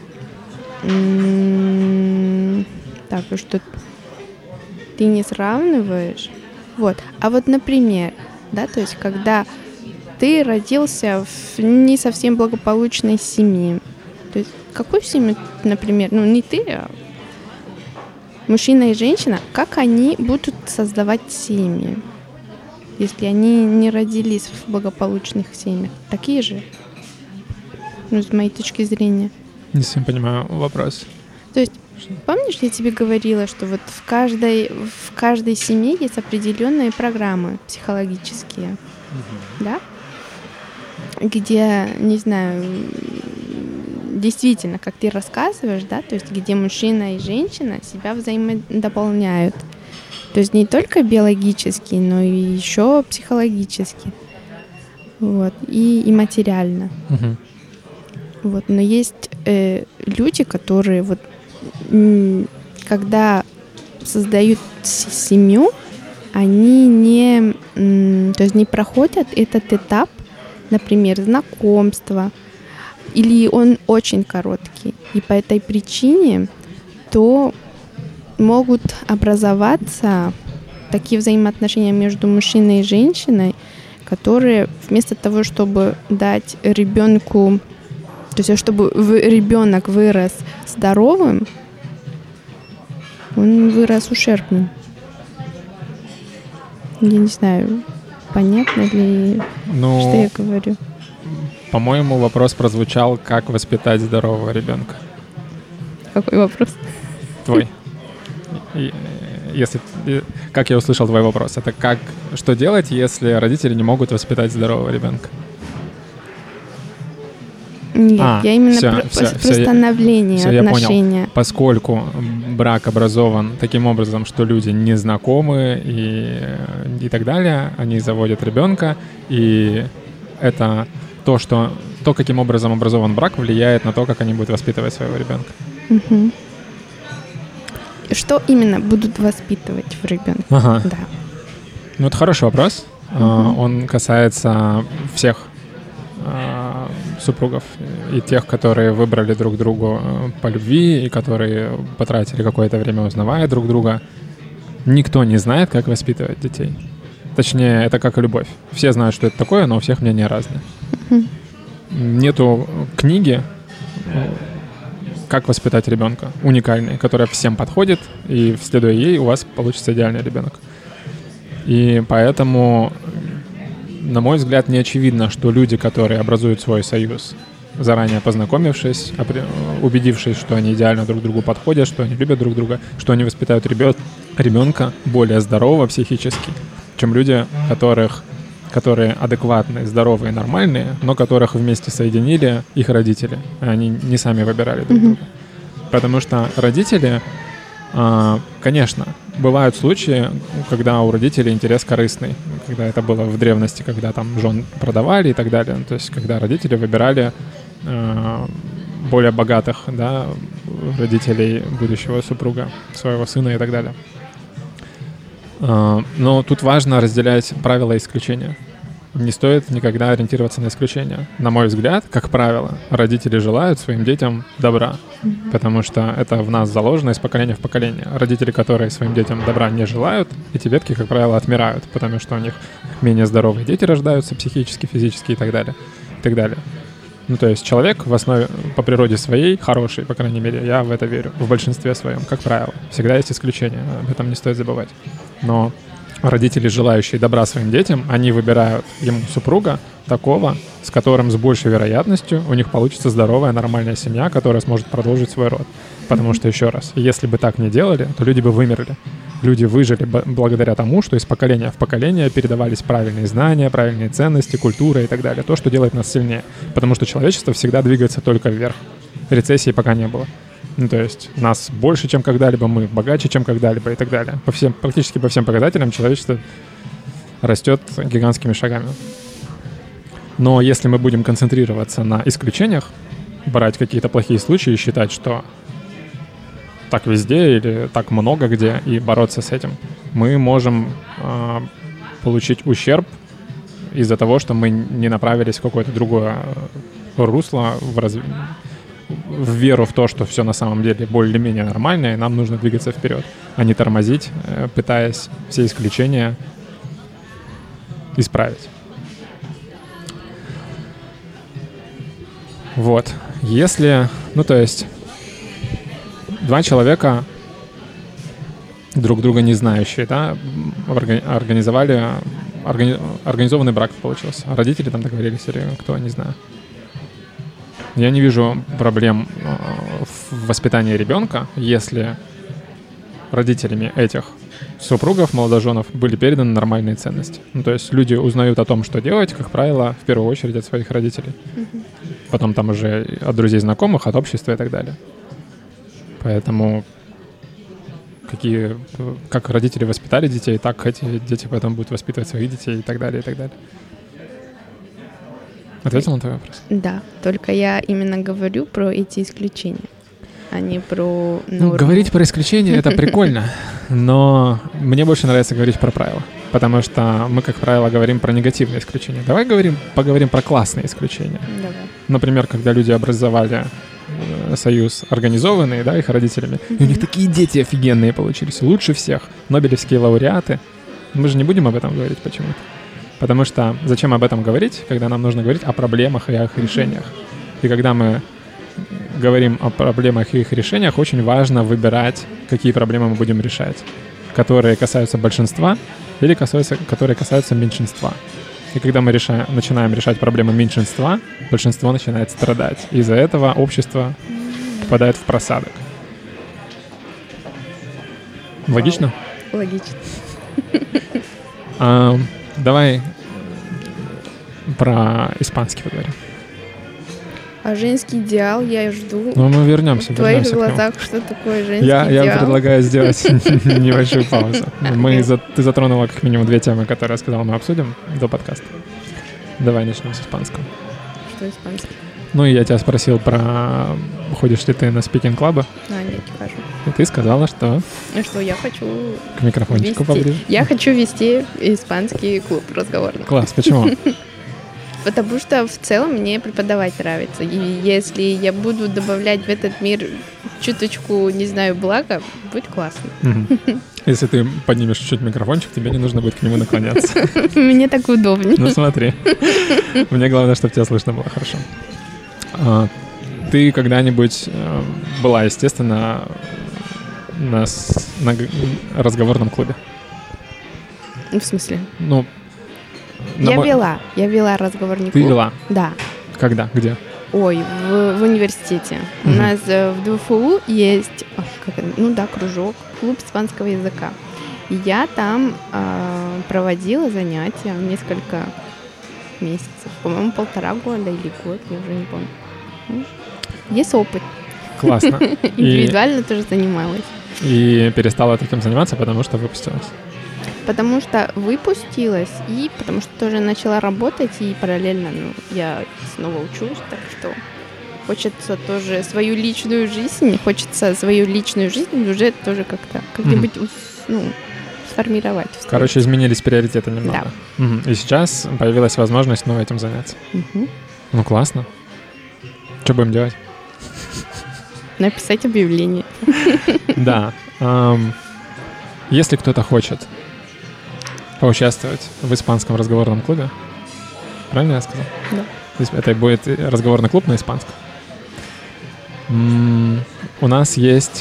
Так, что ты не сравниваешь. Вот. А вот, например, да, то есть, когда ты родился в не совсем благополучной семье, то есть, какую семью, например, не ты, а мужчина и женщина, как они будут создавать семьи, если они не родились в благополучных семьях? Такие же? С моей точки зрения. Не совсем понимаю вопрос. То есть, помнишь, я тебе говорила, что вот в каждой семье есть определенные программы психологические, да? Где, не знаю, действительно, как ты рассказываешь, да, то есть где мужчина и женщина себя взаимодополняют. То есть не только биологически, но и еще психологически. Вот. И материально. Вот. Но есть люди, которые вот когда создают семью, они не проходят этот этап, например, знакомства, или он очень короткий. И по этой причине то могут образоваться такие взаимоотношения между мужчиной и женщиной, которые вместо того, чтобы дать ребенку, то есть чтобы ребенок вырос здоровым, он вырос ущербным. Я не знаю, понятно ли, что я говорю. По-моему, вопрос прозвучал, как воспитать здорового ребенка. Какой вопрос? Твой. Как я услышал твой вопрос? Это что делать, если родители не могут воспитать здорового ребенка? Нет, я именно про становление отношения. Я понял. Поскольку брак образован таким образом, что люди не знакомы и так далее, они заводят ребенка, и это то, каким образом образован брак, влияет на то, как они будут воспитывать своего ребенка. Угу. Что именно будут воспитывать в ребенке? Ага. Да. Ну, это хороший вопрос. Он касается всех супругов и тех, которые выбрали друг другу по любви и которые потратили какое-то время, узнавая друг друга. Никто не знает, как воспитывать детей. Точнее, это как и любовь. Все знают, что это такое, но у всех мнения разные. Нету книги «Как воспитать ребенка» уникальной, которая всем подходит, и, следуя ей, у вас получится идеальный ребенок. И поэтому, на мой взгляд, не очевидно, что люди, которые образуют свой союз, заранее познакомившись, убедившись, что они идеально друг другу подходят, что они любят друг друга, что они воспитают ребенка более здорового психически, чем люди, которые адекватные, здоровые, нормальные, но которых вместе соединили их родители. Они не сами выбирали друг друга. Потому что родители, конечно, бывают случаи, когда у родителей интерес корыстный. Когда это было в древности, когда там жен продавали и так далее. То есть когда родители выбирали более богатых, да, родителей будущего супруга, своего сына и так далее. Но тут важно разделять правила и исключения. Не стоит никогда ориентироваться на исключения. На мой взгляд, как правило, родители желают своим детям добра, потому что это в нас заложено из поколения в поколение. Родители, которые своим детям добра не желают, эти ветки, как правило, отмирают, потому что у них менее здоровые дети рождаются психически, физически и так далее. И так далее. Ну, то есть человек в основе, по природе своей, хороший, по крайней мере, я в это верю, в большинстве своем, как правило. Всегда есть исключения, об этом не стоит забывать. Но родители, желающие добра своим детям, они выбирают ему супруга такого, с которым с большей вероятностью у них получится здоровая, нормальная семья, которая сможет продолжить свой род. Потому что, еще раз, если бы так не делали, то люди бы вымерли. Люди выжили благодаря тому, что из поколения в поколение передавались правильные знания, правильные ценности, культура и так далее. То, что делает нас сильнее. Потому что человечество всегда двигается только вверх. Рецессии пока не было. Ну, то есть нас больше, чем когда-либо, мы богаче, чем когда-либо и так далее. Практически по всем показателям человечество растет гигантскими шагами. Но если мы будем концентрироваться на исключениях, брать какие-то плохие случаи и считать, что так везде или так много где, и бороться с этим, мы можем получить ущерб из-за того, что мы не направились в какое-то другое русло, в веру в то, что все на самом деле более-менее нормально, и нам нужно двигаться вперед, а не тормозить, пытаясь все исключения исправить. Вот. Если, то есть два человека, друг друга не знающие, да, организованный брак получился. Родители там договорились или кто, не знаю. Я не вижу проблем в воспитании ребенка, если родителями этих супругов, молодоженов были переданы нормальные ценности. Ну, то есть люди узнают о том, что делать, как правило, в первую очередь от своих родителей. Потом там уже от друзей, знакомых, от общества и так далее. Поэтому как родители воспитали детей, так эти дети потом будут воспитывать своих детей и так далее, и так далее. Ответил на твой вопрос? Да, только я именно говорю про эти исключения, а не про норму. Говорить про исключения — это прикольно, но мне больше нравится говорить про правила, потому что мы, как правило, говорим про негативные исключения. Давай поговорим про классные исключения. Давай. Например, когда люди образовали союз организованный, да, их родителями, и у них такие дети офигенные получились, лучше всех, нобелевские лауреаты. Мы же не будем об этом говорить почему-то. Потому что зачем об этом говорить, когда нам нужно говорить о проблемах и о их решениях. И когда мы говорим о проблемах и их решениях, очень важно выбирать, какие проблемы мы будем решать, которые касаются большинства или которые касаются меньшинства. И когда мы начинаем решать проблемы меньшинства, большинство начинает страдать. Из-за этого общество попадает в просадок. Логично? Логично. Давай про испанский поговорим. А женский идеал я жду. Ну, мы вернемся. В твоих глазах что такое женский идеал? Я предлагаю сделать небольшую паузу. Ты затронула как минимум 2 темы, которые я сказал, мы обсудим до подкаста. Давай начнем с испанского. Что испанский? Ну, и я тебя спросил про... Ходишь ли ты на спикинг-клабы? Нет, не хожу. И ты сказала, что... Что я хочу к микрофончику поближе. Я хочу вести испанский клуб разговорный. Класс, почему? Потому что в целом мне преподавать нравится. И если я буду добавлять в этот мир чуточку, не знаю, блага, будет классно. Если ты поднимешь чуть-чуть микрофончик, тебе не нужно будет к нему наклоняться. Мне так удобнее. Ну смотри. Мне главное, чтобы тебя слышно было хорошо. Ты когда-нибудь была, естественно, на разговорном клубе? В смысле? Ну, я вела разговорный клуб. Ты вела? Да. Когда? Где? Ой, в университете. У нас в ДФУ есть, кружок, клуб испанского языка. И я там проводила занятия несколько месяцев. По-моему, 1,5 года или год, я уже не помню. Есть опыт. Классно. Индивидуально тоже занималась. И перестала таким заниматься, потому что выпустилась? Потому что выпустилась, и потому что тоже начала работать, и параллельно я снова учусь, так что хочется тоже свою личную жизнь уже тоже как-то как-нибудь сформировать. Короче, изменились приоритеты немного. Да. И сейчас появилась возможность снова этим заняться. Ну, классно. Что будем делать? Написать объявление. Да. Если кто-то хочет поучаствовать в испанском разговорном клубе, правильно я сказал? Да. То есть это будет разговорный клуб на испанском. У нас есть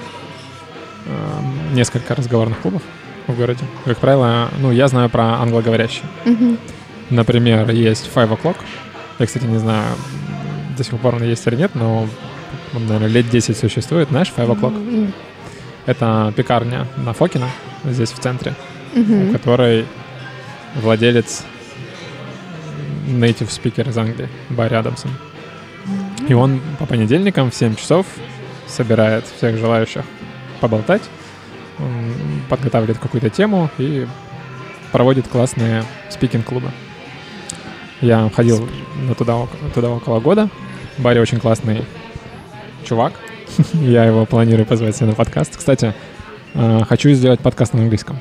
несколько разговорных клубов в городе. Как правило, я знаю про англоговорящие. Например, есть 5 o'clock. Я, кстати, не знаю, до сих пор он есть или нет, но он, наверное, лет 10 существует. Знаешь, 5 o'clock? Это пекарня на Фокина, здесь в центре, у которой владелец native speaker из Англии, Барри Адамсон. И он по понедельникам в 7 часов собирает всех желающих поболтать, подготавливает какую-то тему и проводит классные спикинг-клубы. Я ходил туда около года. Барри очень классный чувак. Я его планирую позвать себе на подкаст. Кстати, хочу сделать подкаст на английском.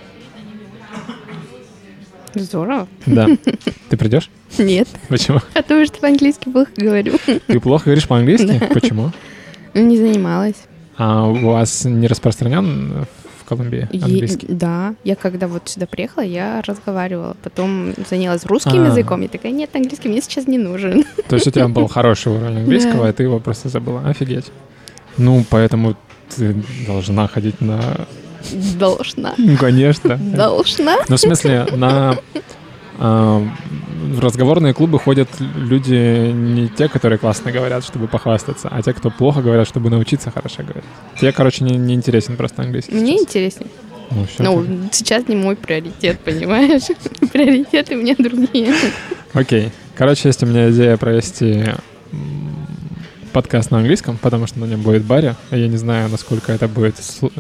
Здорово. Да. Ты придешь? Нет. Почему? Потому что по-английски плохо говорю. Ты плохо говоришь по-английски? Да. Почему? Не занималась. А у вас не распространен в Колумбии английский? Да. Я когда вот сюда приехала, я разговаривала. Потом занялась русским языком. Я такая, нет, английский мне сейчас не нужен. То есть у тебя был хороший уровень английского, а ты его просто забыла. Офигеть. Ну, поэтому ты должна ходить на... Должна. Ну, конечно. Должна. Ну, в смысле, в разговорные клубы ходят люди не те, которые классно говорят, чтобы похвастаться, а те, кто плохо говорят, чтобы научиться хорошо говорить. Тебе, короче, не интересен просто английский. Мне сейчас. интереснее. Ну, сейчас не мой приоритет, понимаешь? Приоритеты у меня другие. Окей. Короче, есть у меня идея провести подкаст на английском, потому что на нем будет Барри, а я не знаю, насколько это будет...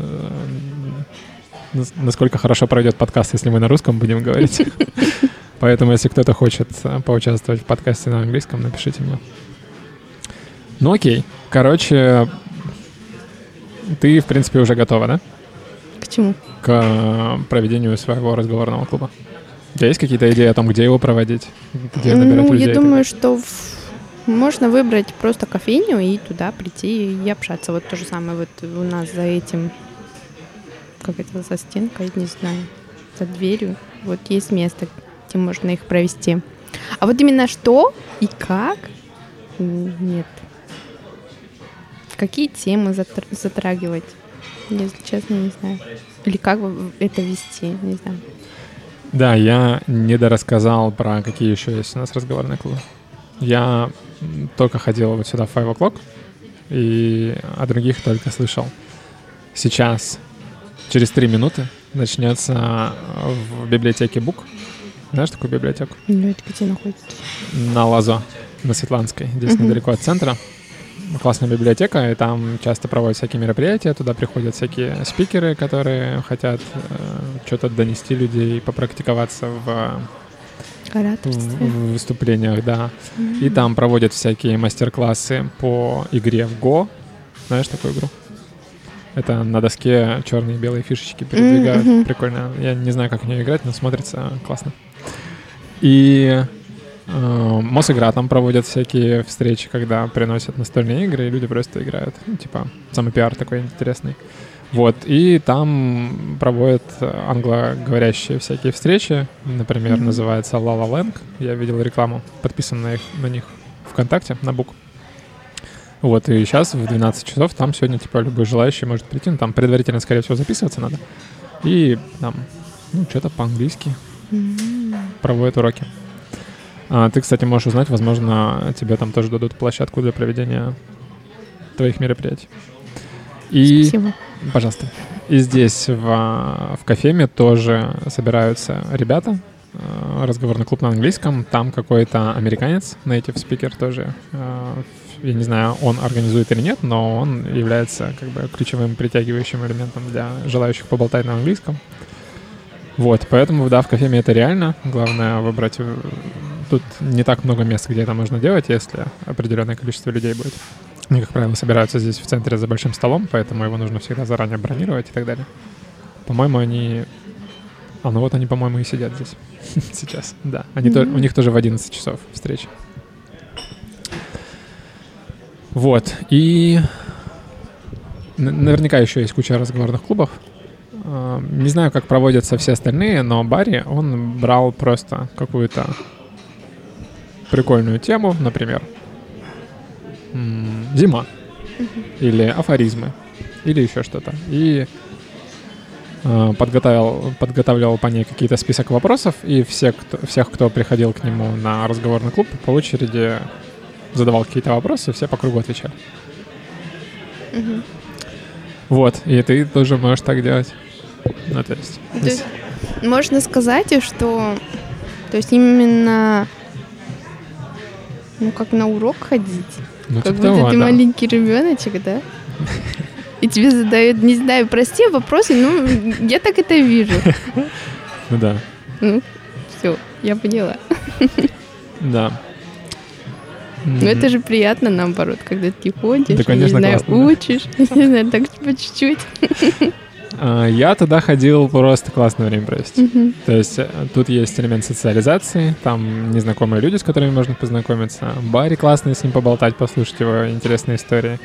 насколько хорошо пройдет подкаст, если мы на русском будем говорить. Поэтому, если кто-то хочет поучаствовать в подкасте на английском, напишите мне. Ну окей. Короче, ты, в принципе, уже готова, да? К чему? К проведению своего разговорного клуба. У тебя есть какие-то идеи о том, где его проводить? Где набирать людей? Я думаю, что можно выбрать просто кофейню и туда прийти и общаться. Вот то же самое вот у нас за этим, как это, за стенкой, не знаю, за дверью. Вот есть место, где можно их провести. А вот именно что и как? Нет. Какие темы затрагивать? Если честно, не знаю. Или как это вести, не знаю. Да, я недорассказал про какие еще есть у нас разговорные клубы. Я только ходил вот сюда в 5 o'clock, и о других только слышал. Сейчас, через 3 минуты, начнется в библиотеке Бук. Знаешь такую библиотеку? Ну, это где находится? На Лазо, на Светланской, здесь недалеко от центра. Классная библиотека, и там часто проводят всякие мероприятия, туда приходят всякие спикеры, которые хотят что-то донести людей, попрактиковаться в выступлениях, да. И там проводят всякие мастер-классы по игре в Go. Знаешь такую игру? Это на доске черные и белые фишечки передвигают. Прикольно. Я не знаю, как в нее играть, но смотрится классно. И Мосигра там проводят всякие встречи, когда приносят настольные игры, и люди просто играют. Ну, типа, самый пиар такой интересный. Вот, и там проводят англоговорящие всякие встречи. Например, называется La La Land. Я видел рекламу, подписан на них ВКонтакте, на Бук. Вот, и сейчас в 12 часов там сегодня, типа, любой желающий может прийти. Ну, там предварительно, скорее всего, записываться надо. И там, ну, что-то по-английски проводят уроки. Ты, кстати, можешь узнать, возможно, тебе там тоже дадут площадку для проведения твоих мероприятий. И, спасибо. Пожалуйста. И здесь, в кофеме, тоже собираются ребята. Разговорный клуб на английском. Там какой-то американец, native speaker тоже. Я не знаю, он организует или нет, но он является как бы ключевым притягивающим элементом для желающих поболтать на английском. Вот, поэтому, да, в кофеме это реально. Главное выбрать... Тут не так много мест, где это можно делать, если определенное количество людей будет. Они, как правило, собираются здесь в центре за большим столом, поэтому его нужно всегда заранее бронировать и так далее. По-моему, они... ну вот они, по-моему, и сидят здесь сейчас. Да, они у них тоже в 11 часов встреча. Вот, и... Наверняка еще есть куча разговорных клубов. Не знаю, как проводятся все остальные, но Барри, он брал просто какую-то прикольную тему, например, зима, или афоризмы, или еще что-то. И подготавливал по ней какие-то список вопросов, и всех, кто приходил к нему на разговорный клуб, по очереди задавал какие-то вопросы, все по кругу отвечали. Вот, и ты тоже можешь так делать. Ну, то есть можно сказать, что то есть именно как на урок ходить. Ну, как типа будто того, ты да. маленький ребеночек, да? И тебе задают, не знаю, простые вопросы, ну, я так это вижу. Ну да. Ну, все, я поняла. Да. Но это же приятно, наоборот, когда ты ходишь, Да, конечно, не знаю, классно, да. учишь, не знаю, так по чуть-чуть. Я туда ходил просто классное время провести. То есть тут есть элемент социализации, там незнакомые люди, с которыми можно познакомиться. Барри классный, с ним поболтать, послушать его интересные истории.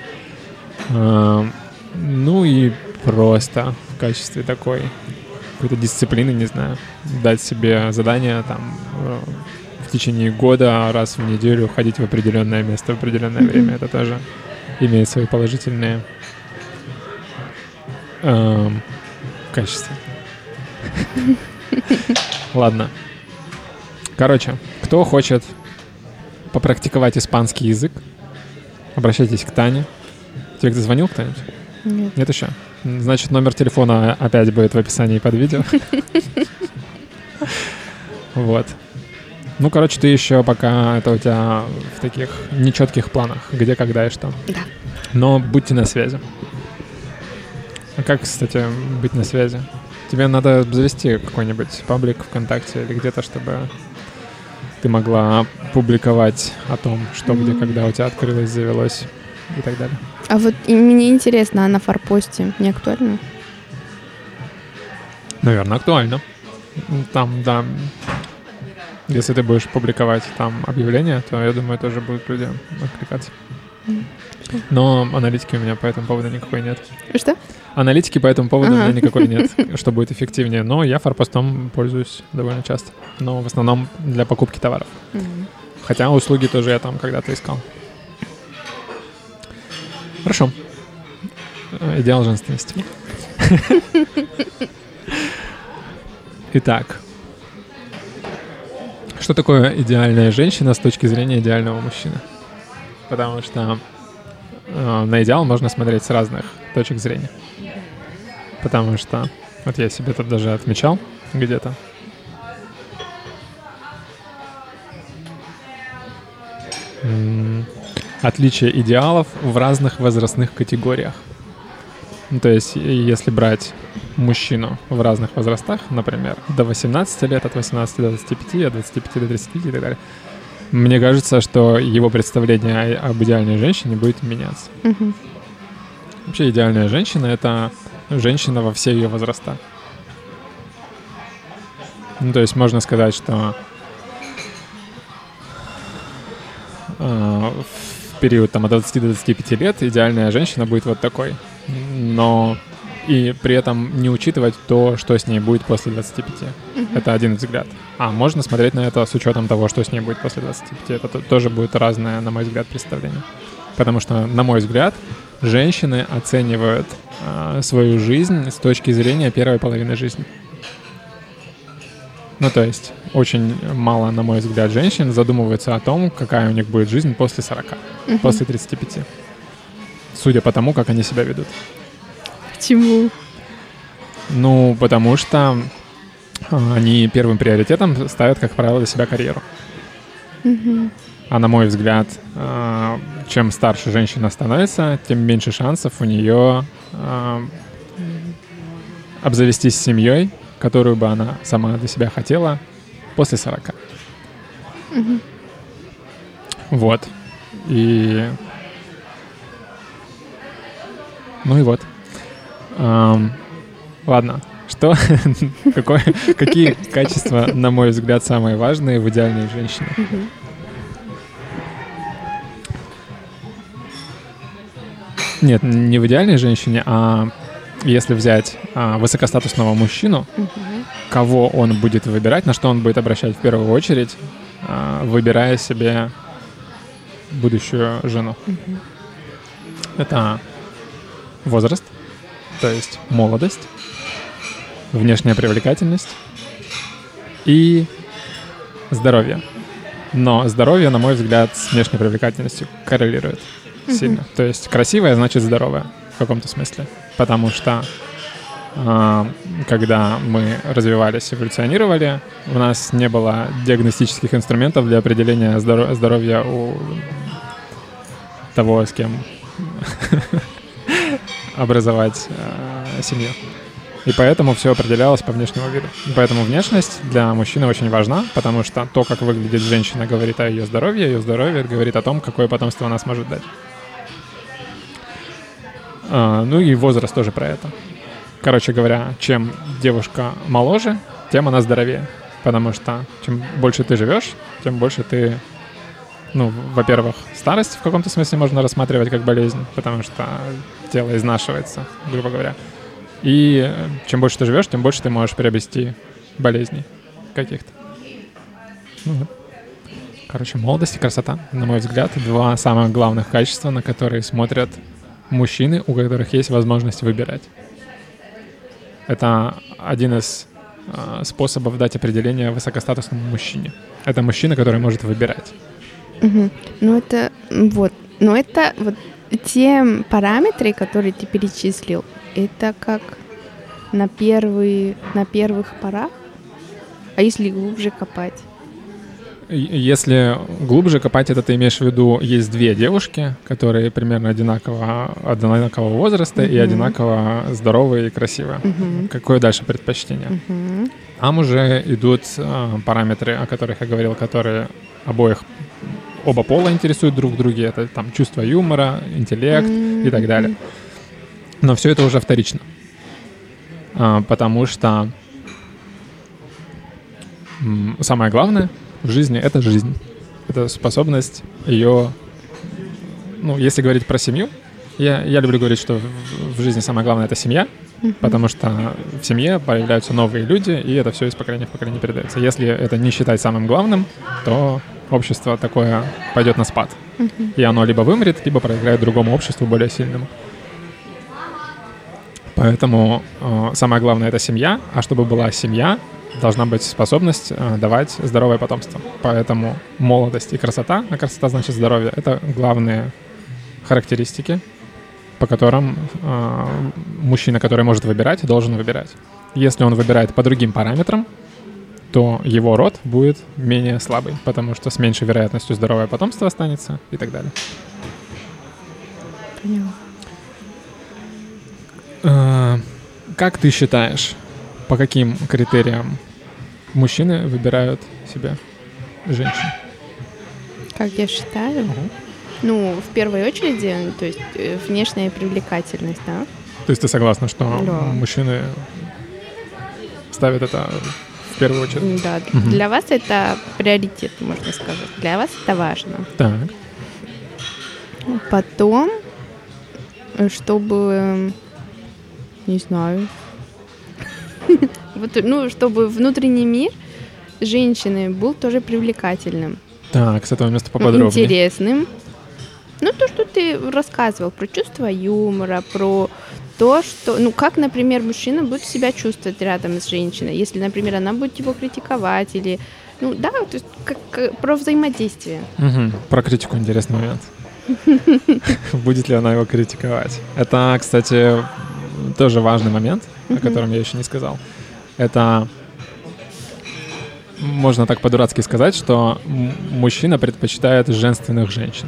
Ну и просто в качестве такой какой-то дисциплины, не знаю, дать себе задание там в течение года раз в неделю ходить в определенное место в определенное время. Это тоже имеет свои положительные качества. Ладно. Короче, кто хочет попрактиковать испанский язык, обращайтесь к Тане. Тебе кто звонил кто-нибудь? Нет. Нет еще? Значит, номер телефона опять будет в описании под видео. Вот. Ну, короче, ты еще пока это у тебя в таких нечетких планах, где, когда и что. Да. Но будьте на связи. А как, кстати, быть на связи? Тебе надо завести какой-нибудь паблик ВКонтакте или где-то, чтобы ты могла публиковать о том, что, где, когда у тебя открылось, завелось и так далее. А вот и мне интересно, а на форпосте не актуально? Наверное, актуально. Там, да. Если ты будешь публиковать там объявления, то, я думаю, тоже будут люди откликаться. Но аналитики у меня по этому поводу никакой нет. Что? Аналитики по этому поводу у меня никакой нет, что будет эффективнее. Но я форпостом пользуюсь довольно часто. Но в основном для покупки товаров. Хотя услуги тоже я там когда-то искал. Хорошо. Идеал женственности. Итак, Что такое идеальная женщина с точки зрения идеального мужчины? Потому что на идеал можно смотреть с разных точек зрения. Потому что, вот я себе тут даже отмечал где-то. Отличие идеалов в разных возрастных категориях. Ну, то есть, если брать мужчину в разных возрастах, например, до 18 лет, от 18 до 25, от 25 до 35 и так далее, мне кажется, что его представление об идеальной женщине будет меняться. Вообще идеальная женщина — это женщина во все ее возраста. Ну, то есть можно сказать, что в период там, от 20 до 25 лет идеальная женщина будет вот такой. Но и при этом не учитывать то, что с ней будет после 25. Это один взгляд. А можно смотреть на это с учетом того, что с ней будет после 25. Это тоже будет разное, на мой взгляд, представление. Потому что, на мой взгляд, женщины оценивают свою жизнь с точки зрения первой половины жизни. Ну, то есть, очень мало, на мой взгляд, женщин задумываются о том, какая у них будет жизнь после 40, после 35. Судя по тому, как они себя ведут. Почему? Ну, потому что они первым приоритетом ставят, как правило, для себя карьеру. А на мой взгляд, чем старше женщина становится, тем меньше шансов у нее обзавестись семьей, которую бы она сама для себя хотела после 40. Вот. И... Ну и вот. Ладно. Что? Какие качества, на мой взгляд, самые важные в идеальной женщине? Нет, не в идеальной женщине, а если взять высокостатусного мужчину, кого он будет выбирать, на что он будет обращать в первую очередь, выбирая себе будущую жену. Это возраст, то есть молодость, внешняя привлекательность и здоровье. Но здоровье, на мой взгляд, с внешней привлекательностью коррелирует сильно. То есть красивая значит здоровая в каком-то смысле. Потому что когда мы развивались, эволюционировали, у нас не было диагностических инструментов для определения здоровья у того, с кем образовать семью. И поэтому все определялось по внешнему виду. Поэтому внешность для мужчины очень важна, потому что то, как выглядит женщина, говорит о ее здоровье говорит о том, какое потомство она сможет дать. Ну и возраст тоже про это. Короче говоря, чем девушка моложе, тем она здоровее. Потому что чем больше ты живешь, тем больше ты... Ну, во-первых, старость в каком-то смысле можно рассматривать как болезнь, потому что тело изнашивается, грубо говоря. И чем больше ты живешь, тем больше ты можешь приобрести болезней каких-то. Ну, вот. Короче, молодость и красота, на мой взгляд, два самых главных качества, на которые смотрят мужчины, у которых есть возможность выбирать. Это один из способов дать определение высокостатусному мужчине. Это мужчина, который может выбирать. Ну, это вот. Но это вот те параметры, которые ты перечислил, это как на первых порах? А если глубже копать? Если глубже копать, это ты имеешь в виду, есть две девушки, которые примерно одинакового возраста и одинаково здоровые и красивые. Какое дальше предпочтение? Там уже идут параметры, о которых я говорил, которые оба пола интересуют друг друга. Это там чувство юмора, интеллект и так далее. Но все это уже вторично. Потому что самое главное в жизни — это жизнь. Это способность ее... Ну, если говорить про семью, я люблю говорить, что в жизни самое главное — это семья, потому что в семье появляются новые люди, и это все из поколения в поколение передается. Если это не считать самым главным, то общество такое пойдет на спад. И оно либо вымрет, либо проиграет другому обществу более сильному. Поэтому самое главное — это семья, а чтобы была семья, должна быть способность давать здоровое потомство. Поэтому молодость и красота, а красота значит здоровье, это главные характеристики, по которым мужчина, который может выбирать, должен выбирать. Если он выбирает по другим параметрам, то его род будет менее слабый, потому что с меньшей вероятностью здоровое потомство останется и так далее. Поняла. Как ты считаешь, по каким критериям мужчины выбирают себе женщин? Как я считаю? Ну, в первой очереди, то есть внешняя привлекательность, да? То есть ты согласна, что Да. мужчины ставят это в первую очередь? Да, для вас это приоритет, можно сказать. Для вас это важно. Так. Потом, чтобы, не знаю, вот, ну, чтобы внутренний мир женщины был тоже привлекательным, Так, с этого места поподробнее. интересным. Ну, то, что ты рассказывал про чувство юмора, про то, что, ну, как, например, мужчина будет себя чувствовать рядом с женщиной, если, например, она будет его критиковать или, ну, да, то есть как про взаимодействие. Угу. Про критику интересный момент. Будет ли она его критиковать? Это, кстати, тоже важный момент, о котором я еще не сказал. Это можно так по-дурацки сказать, что мужчина предпочитает женственных женщин.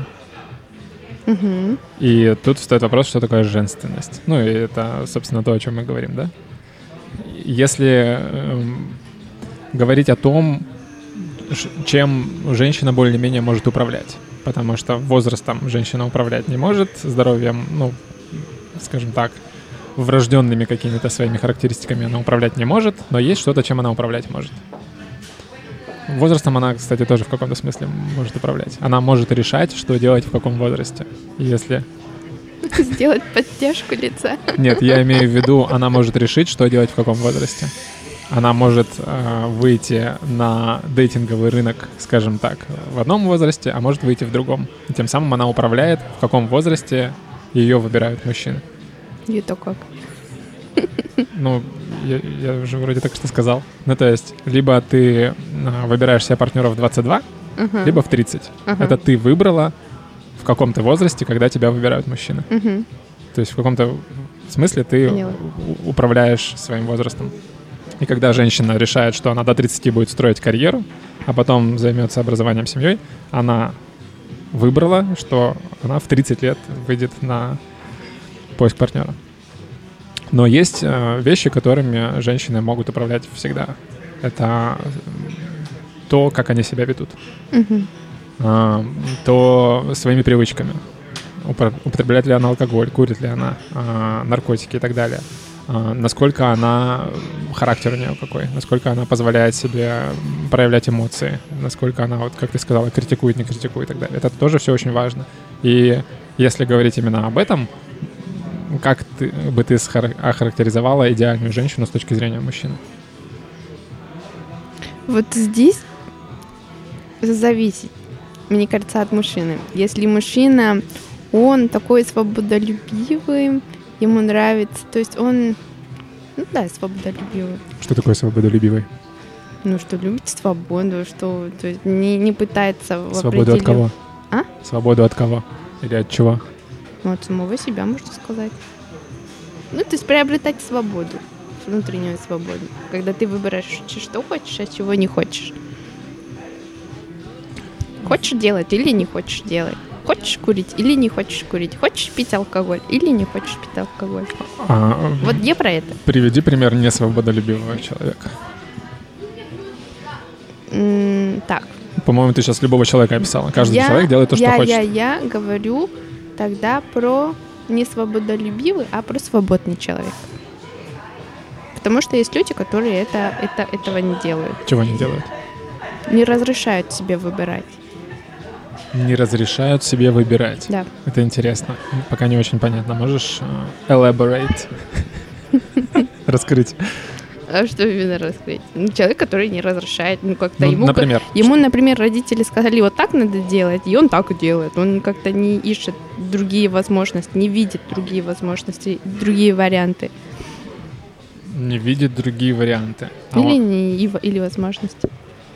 И тут встает вопрос, что такое женственность. Ну, и это, собственно, то, о чем мы говорим, да? Если говорить о том, чем женщина более-менее может управлять, потому что возрастом женщина управлять не может, здоровьем, ну, скажем так, врожденными какими-то своими характеристиками она управлять не может, но есть что-то, чем она управлять может. Возрастом она, кстати, тоже в каком-то смысле может управлять. Она может решать, что делать в каком возрасте. Если... Сделать подтяжку лица. Нет, я имею в виду, она может решить, что делать в каком возрасте. Она может выйти на дейтинговый рынок, скажем так, в одном возрасте, а может выйти в другом. И тем самым она управляет, в каком возрасте ее выбирают мужчины. И то как. Ну, я уже вроде так что сказал. Ну, то есть, либо ты выбираешь себе партнера в 22, либо в 30. Это ты выбрала в каком-то возрасте, когда тебя выбирают мужчины. То есть в каком-то смысле ты управляешь своим возрастом. И когда женщина решает, что она до 30 будет строить карьеру, а потом займется образованием, семьей, она выбрала, что она в 30 лет выйдет на поиск партнера. Но есть вещи, которыми женщины могут управлять всегда. Это то, как они себя ведут. То своими привычками. Употребляет ли она алкоголь, курит ли она, наркотики и так далее. Насколько она, характер у нее какой, насколько она позволяет себе проявлять эмоции, насколько она, вот как ты сказала, критикует, не критикует и так далее. Это тоже все очень важно. И если говорить именно об этом, как бы ты охарактеризовала идеальную женщину с точки зрения мужчины? Вот здесь зависит, мне кажется, от мужчины. Если мужчина, он такой свободолюбивый, ему нравится, то есть он, ну да, свободолюбивый. Что такое свободолюбивый? Ну, что любит свободу, что то есть не пытается в Свободу от кого? А? Свободу от кого? Или от чего? Ну, от самого себя, можно сказать. Ну, то есть приобретать свободу, внутреннюю свободу, когда ты выбираешь, что хочешь, а чего не хочешь. Хочешь делать или не хочешь делать. Хочешь курить или не хочешь курить. Хочешь пить алкоголь или не хочешь пить алкоголь. Вот я про это. Приведи пример несвободолюбивого человека. Так. По-моему, ты сейчас любого человека описала. Каждый человек делает то, что хочет. Я говорю тогда про не свободолюбивый, а про свободный человек. Потому что есть люди, которые этого не делают. Чего не делают? Не разрешают себе выбирать. Не разрешают себе выбирать. Да. Это интересно. Пока не очень понятно. Можешь elaborate? Раскрыть. А что именно раскрыть? Ну, человек, который не разрешает. Ну, как-то ему, например? Например, родители сказали, вот так надо делать, и он так и делает. Он как-то не ищет другие возможности, не видит другие возможности, другие варианты. Не видит другие варианты. Или возможности.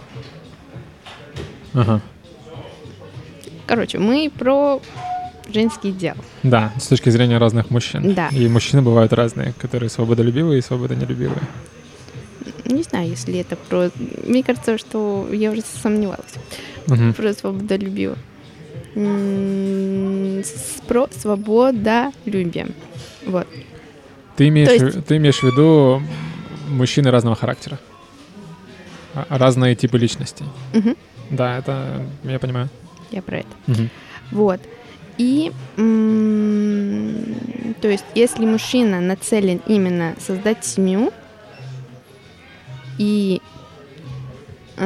Ага. Короче, мы про женский идеал. Да, с точки зрения разных мужчин. Да. И мужчины бывают разные, которые свободолюбивые и свободонелюбивые. Не знаю, если это про... Мне кажется, что я уже сомневалась. Про свободолюбие. Про свободолюбие. Вот. Ты имеешь в виду мужчины разного характера? Разные типы личностей? Угу. Да, это я понимаю. Я про это. Угу. Вот. И, то есть, если мужчина нацелен именно создать семью и, то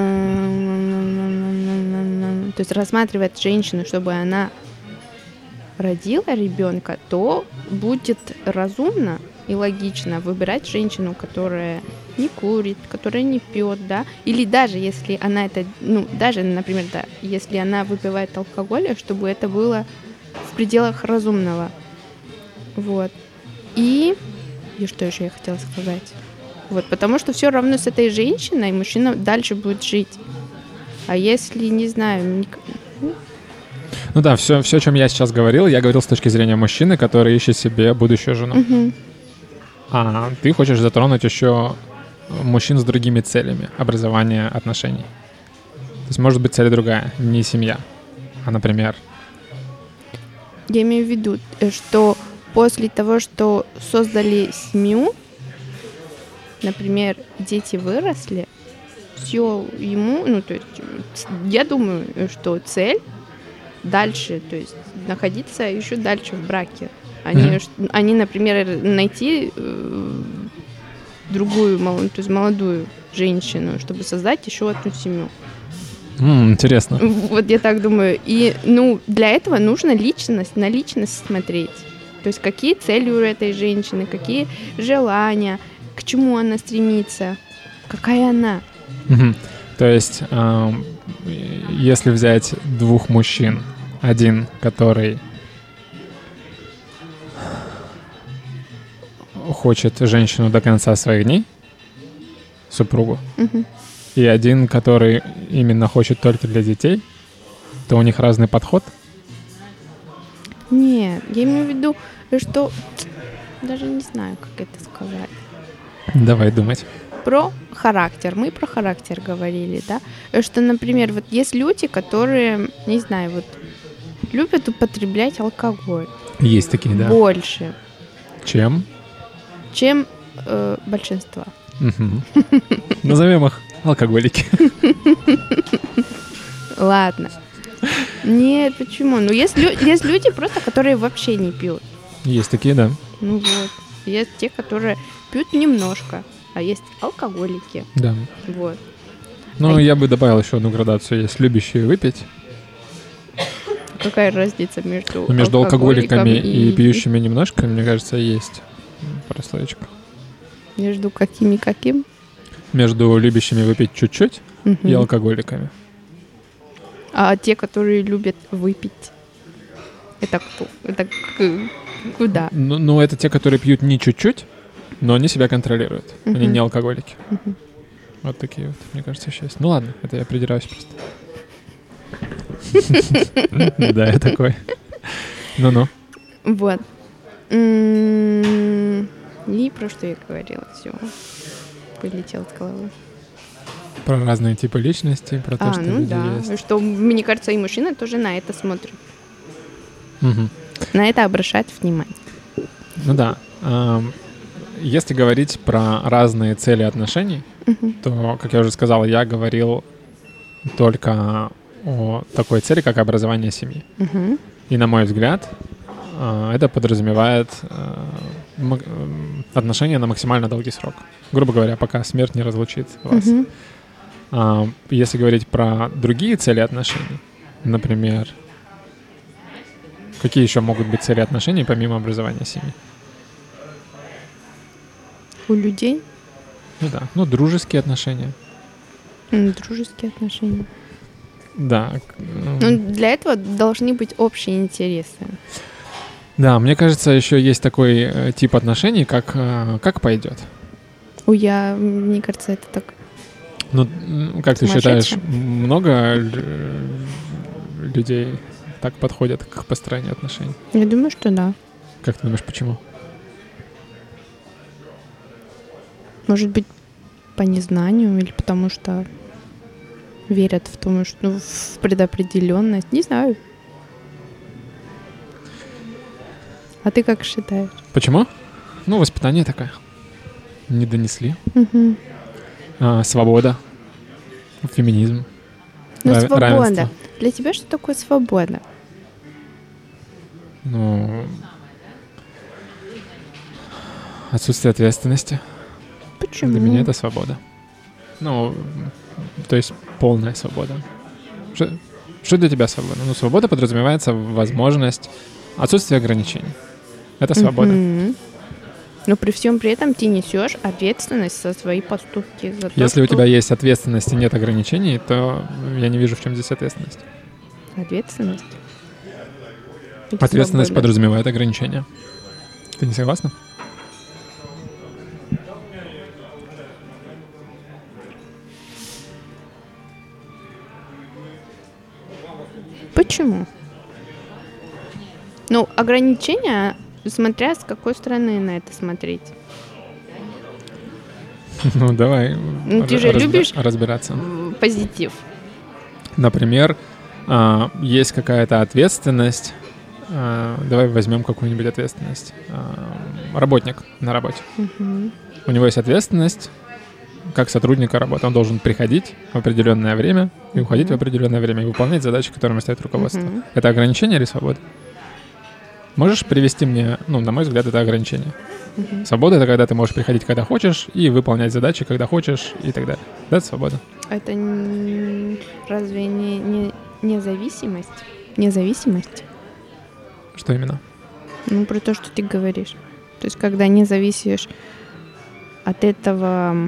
есть, рассматривает женщину, чтобы она родила ребенка, то будет разумно и логично выбирать женщину, которая не курит, которая не пьет, да, или даже если она это, даже, например, да, если она выпивает алкоголь, чтобы это было в пределах разумного. Вот. И что еще я хотела сказать? Вот, потому что все равно с этой женщиной мужчина дальше будет жить. А если, не знаю... Ну да, все, о чем я сейчас говорил, я говорил с точки зрения мужчины, который ищет себе будущую жену. Угу. А ты хочешь затронуть еще мужчин с другими целями образования отношений. То есть может быть цель другая, не семья, а, например... Я имею в виду, что после того, что создали семью, например, дети выросли, все ему, то есть я думаю, что цель дальше, то есть находиться еще дальше в браке. Они, например, найти другую, то есть молодую женщину, чтобы создать еще одну семью. Интересно. Вот я так думаю. И, для этого нужно на личность смотреть. То есть какие цели у этой женщины, какие желания, к чему она стремится, какая она. То есть, если взять двух мужчин, один, который хочет женщину до конца своих дней, супругу, и один, который именно хочет только для детей, то у них разный подход? Нет, я имею в виду, что... Даже не знаю, как это сказать. Давай думать. Про характер. Мы про характер говорили, да? Что, например, вот есть люди, которые, не знаю, вот любят употреблять алкоголь. Есть такие, да. Больше. Чем большинство. Назовем их алкоголики. Ладно. Нет, почему? Есть люди просто, которые вообще не пьют. Есть такие, да. Вот. Есть те, которые пьют немножко, а есть алкоголики. Да. Вот. Я бы добавил еще одну градацию. Есть любящие выпить. Какая разница между алкоголиками и пьющими немножко, мне кажется, есть прослоечка. Между каким? Между любящими выпить чуть-чуть и алкоголиками. А те, которые любят выпить, это кто? Это куда? Это те, которые пьют не чуть-чуть, но они себя контролируют. Они не алкоголики. Вот такие вот, мне кажется, еще есть. Ладно, это я придираюсь просто. Да, я такой. Ну-ну. Вот. И про что я говорила? Все. Вылетело с головы. Про разные типы личности, про то, что люди есть. Что, мне кажется, и мужчина тоже на это смотрит. На это обращает внимание. Да. Если говорить про разные цели отношений, то, как я уже сказал, я говорил только о такой цели, как образование семьи. И, на мой взгляд, это подразумевает отношения на максимально долгий срок. Грубо говоря, пока смерть не разлучит вас. Если говорить про другие цели отношений, например, какие еще могут быть цели отношений помимо образования семьи? У людей? Дружеские отношения. Дружеские отношения. Да. Для этого должны быть общие интересы. Да, мне кажется, еще есть такой тип отношений, как пойдет. Мне кажется, это так... Ну, как ты считаешь, много людей так подходят к построению отношений? Я думаю, что да. Как ты думаешь, почему? Может быть, по незнанию или потому что верят в том, что в предопределенность. Не знаю. А ты как считаешь? Почему? Ну, воспитание такое. Не донесли. Угу. Свобода. Феминизм. Ну, свобода. Равенство. Для тебя что такое свобода? Ну, отсутствие ответственности. Почему? Для меня это свобода. Ну, то есть полная свобода. Что для тебя свобода? Ну, свобода подразумевается возможность отсутствия ограничений. Это свобода. Но при всем при этом ты несешь ответственность за свои поступки. За то, Если у что... тебя есть ответственность и нет ограничений, то я не вижу, в чем здесь ответственность. Ответственность? Ответственность подразумевает ограничения. Ты не согласна? Почему? Ну, ограничения, смотря с какой стороны на это смотреть. Ну, давай Ты же любишь разбираться. Позитив. Например, есть какая-то ответственность. Давай возьмем какую-нибудь ответственность. Работник на работе. Угу. У него есть ответственность как сотрудника работы. Он должен приходить в определенное время и уходить в определенное время и выполнять задачи, которыми стоит руководство. Это ограничение или свобода? Можешь привести мне, на мой взгляд, это ограничение. Свобода — это когда ты можешь приходить, когда хочешь, и выполнять задачи, когда хочешь, и так далее. Да, это свобода. Это разве не независимость? Независимость? Что именно? Ну, про то, что ты говоришь. То есть, когда не зависишь от этого...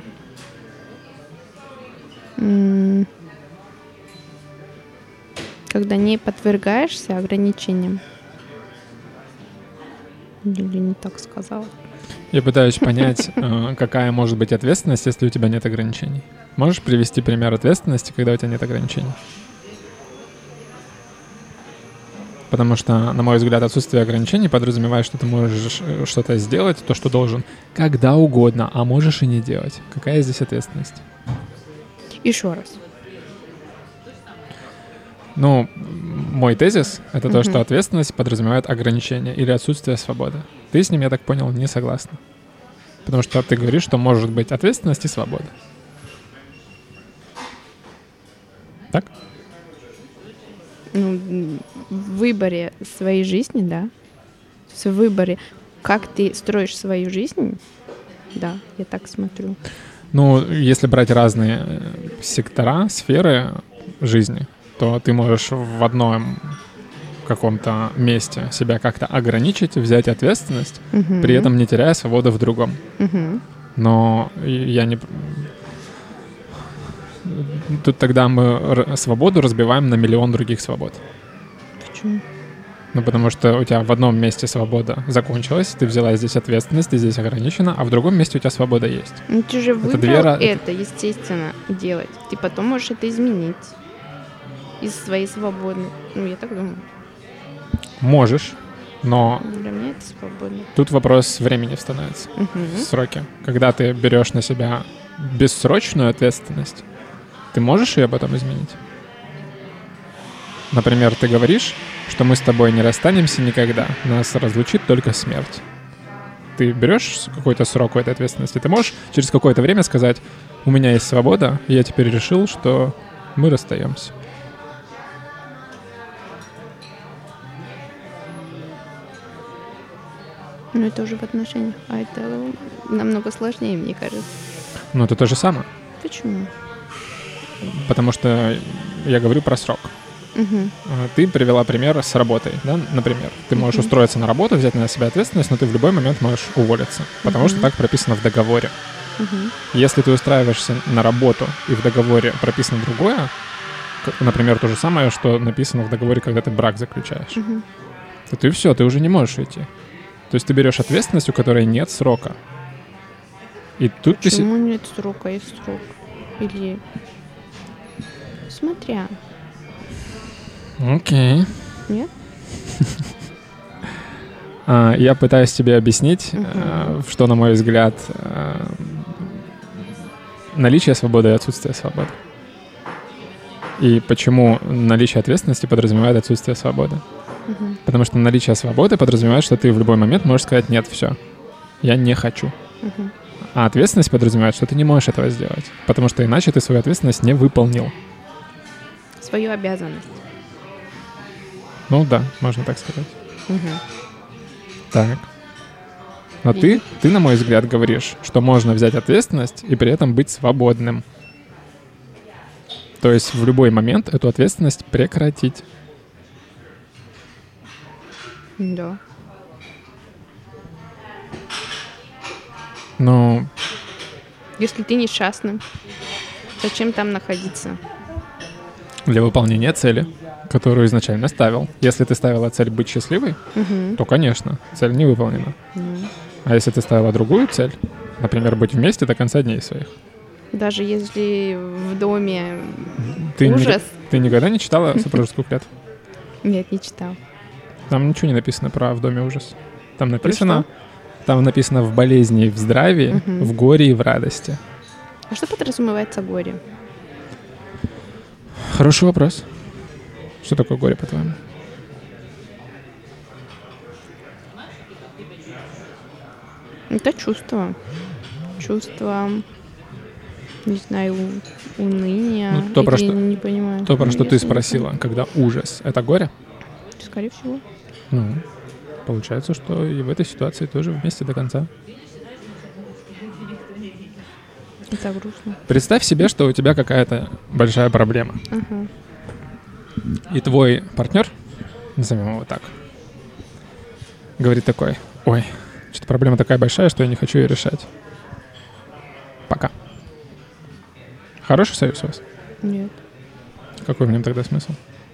Когда не подвергаешься ограничениям. Или не так сказала? Я пытаюсь понять, какая может быть ответственность, если у тебя нет ограничений. Можешь привести пример ответственности, когда у тебя нет ограничений? Потому что, на мой взгляд, отсутствие ограничений подразумевает, что ты можешь что-то сделать, то, что должен, когда угодно, а можешь и не делать. Какая здесь ответственность? Еще раз. Ну, мой тезис — это то, что ответственность подразумевает ограничение или отсутствие свободы. Ты с ним, я так понял, не согласна. Потому что ты говоришь, что может быть ответственность и свобода. Так? Ну, в выборе своей жизни, да. В выборе, как ты строишь свою жизнь, да, я так смотрю. Ну, если брать разные сектора, сферы жизни, то ты можешь в одном каком-то месте себя как-то ограничить, взять ответственность, при этом не теряя свободу в другом. Но я не... Тут тогда мы свободу разбиваем на миллион других свобод. Почему? Ну, потому что у тебя в одном месте свобода закончилась, ты взяла здесь ответственность, ты здесь ограничена, а в другом месте у тебя свобода есть. Ну, ты же выбрал это, естественно, делать. Ты потом можешь это изменить из своей свободы. Ну, я так думаю. Можешь, но... Для меня это свободно. Тут вопрос времени становится. Сроки. Когда ты берешь на себя бессрочную ответственность, ты можешь ее потом изменить? Например, ты говоришь, что мы с тобой не расстанемся никогда, нас разлучит только смерть. Ты берешь какой-то срок у этой ответственности, ты можешь через какое-то время сказать: у меня есть свобода, и я теперь решил, что мы расстаемся. Ну, это уже в отношениях, а это намного сложнее, мне кажется. Ну, это то же самое. Почему? Потому что я говорю про срок. Ты привела пример с работой, да, например. Ты можешь устроиться на работу, взять на себя ответственность, но ты в любой момент можешь уволиться, потому что так прописано в договоре. Если ты устраиваешься на работу, и в договоре прописано другое, например, то же самое, что написано в договоре, когда ты брак заключаешь, то ты все, ты уже не можешь уйти. То есть ты берешь ответственность, у которой нет срока. И тут Почему нет срока, есть срок? Или... Смотря. Окей. Нет? Я пытаюсь тебе объяснить, что, на мой взгляд, наличие свободы и отсутствие свободы. И почему наличие ответственности подразумевает отсутствие свободы. Потому что наличие свободы подразумевает, что ты в любой момент можешь сказать «нет, все, я не хочу». А ответственность подразумевает, что ты не можешь этого сделать, потому что иначе ты свою ответственность не выполнил. Свою обязанность. Ну да, можно так сказать. Так. Но ты, на мой взгляд, говоришь, что можно взять ответственность и при этом быть свободным. То есть в любой момент эту ответственность прекратить. Да. Ну, Если ты несчастным, зачем там находиться? для выполнения цели, которую изначально ставил. Если ты ставила цель быть счастливой, то, конечно, цель не выполнена. А если ты ставила другую цель, например, быть вместе до конца дней своих. Даже если в доме Ты ужас. Ты никогда не читала «Супружескую клятву»? Нет, не читал. Там ничего не написано про «в доме ужас». Там написано в болезни и в здравии, в горе и в радости. А что подразумевается горе? Хороший вопрос. Что такое горе, по-твоему? Это чувство. Чувство, не знаю, уныния. Ну, то, про или что, не понимаю. то, про что ты Ясно, не спросила, когда ужас, это горе? знаю. Скорее всего. Ну, получается, что и в этой ситуации тоже вместе до конца. Это грустно. Представь себе, что у тебя какая-то большая проблема. Ага. И твой партнер, назовем его так, говорит такой: ой, что-то проблема такая большая, что я не хочу ее решать. Пока. Хороший союз у вас? Нет. Какой в нем тогда смысл?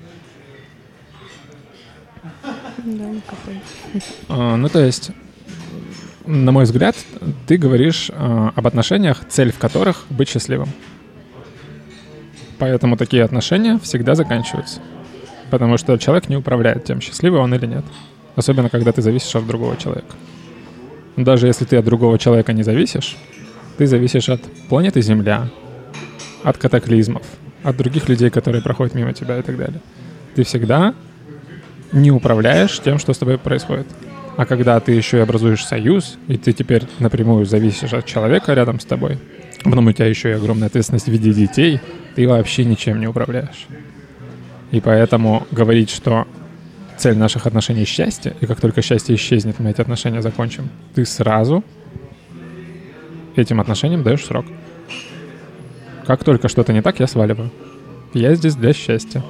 Да, никакой. Ну, то есть, на мой взгляд, ты говоришь об отношениях, цель в которых — быть счастливым. Поэтому такие отношения всегда заканчиваются. Потому что человек не управляет тем, счастливый он или нет. Особенно, когда ты зависишь от другого человека. Даже если ты от другого человека не зависишь, ты зависишь от планеты Земля, от катаклизмов, от других людей, которые проходят мимо тебя и так далее. Ты всегда не управляешь тем, что с тобой происходит. А когда ты еще и образуешь союз, и ты теперь напрямую зависишь от человека рядом с тобой, а потом у тебя еще и огромная ответственность в виде детей, ты вообще ничем не управляешь. И поэтому говорить, что цель наших отношений — счастье, и как только счастье исчезнет, мы эти отношения закончим, ты сразу этим отношениям даешь срок. Как только что-то не так, я сваливаю. Я здесь для счастья.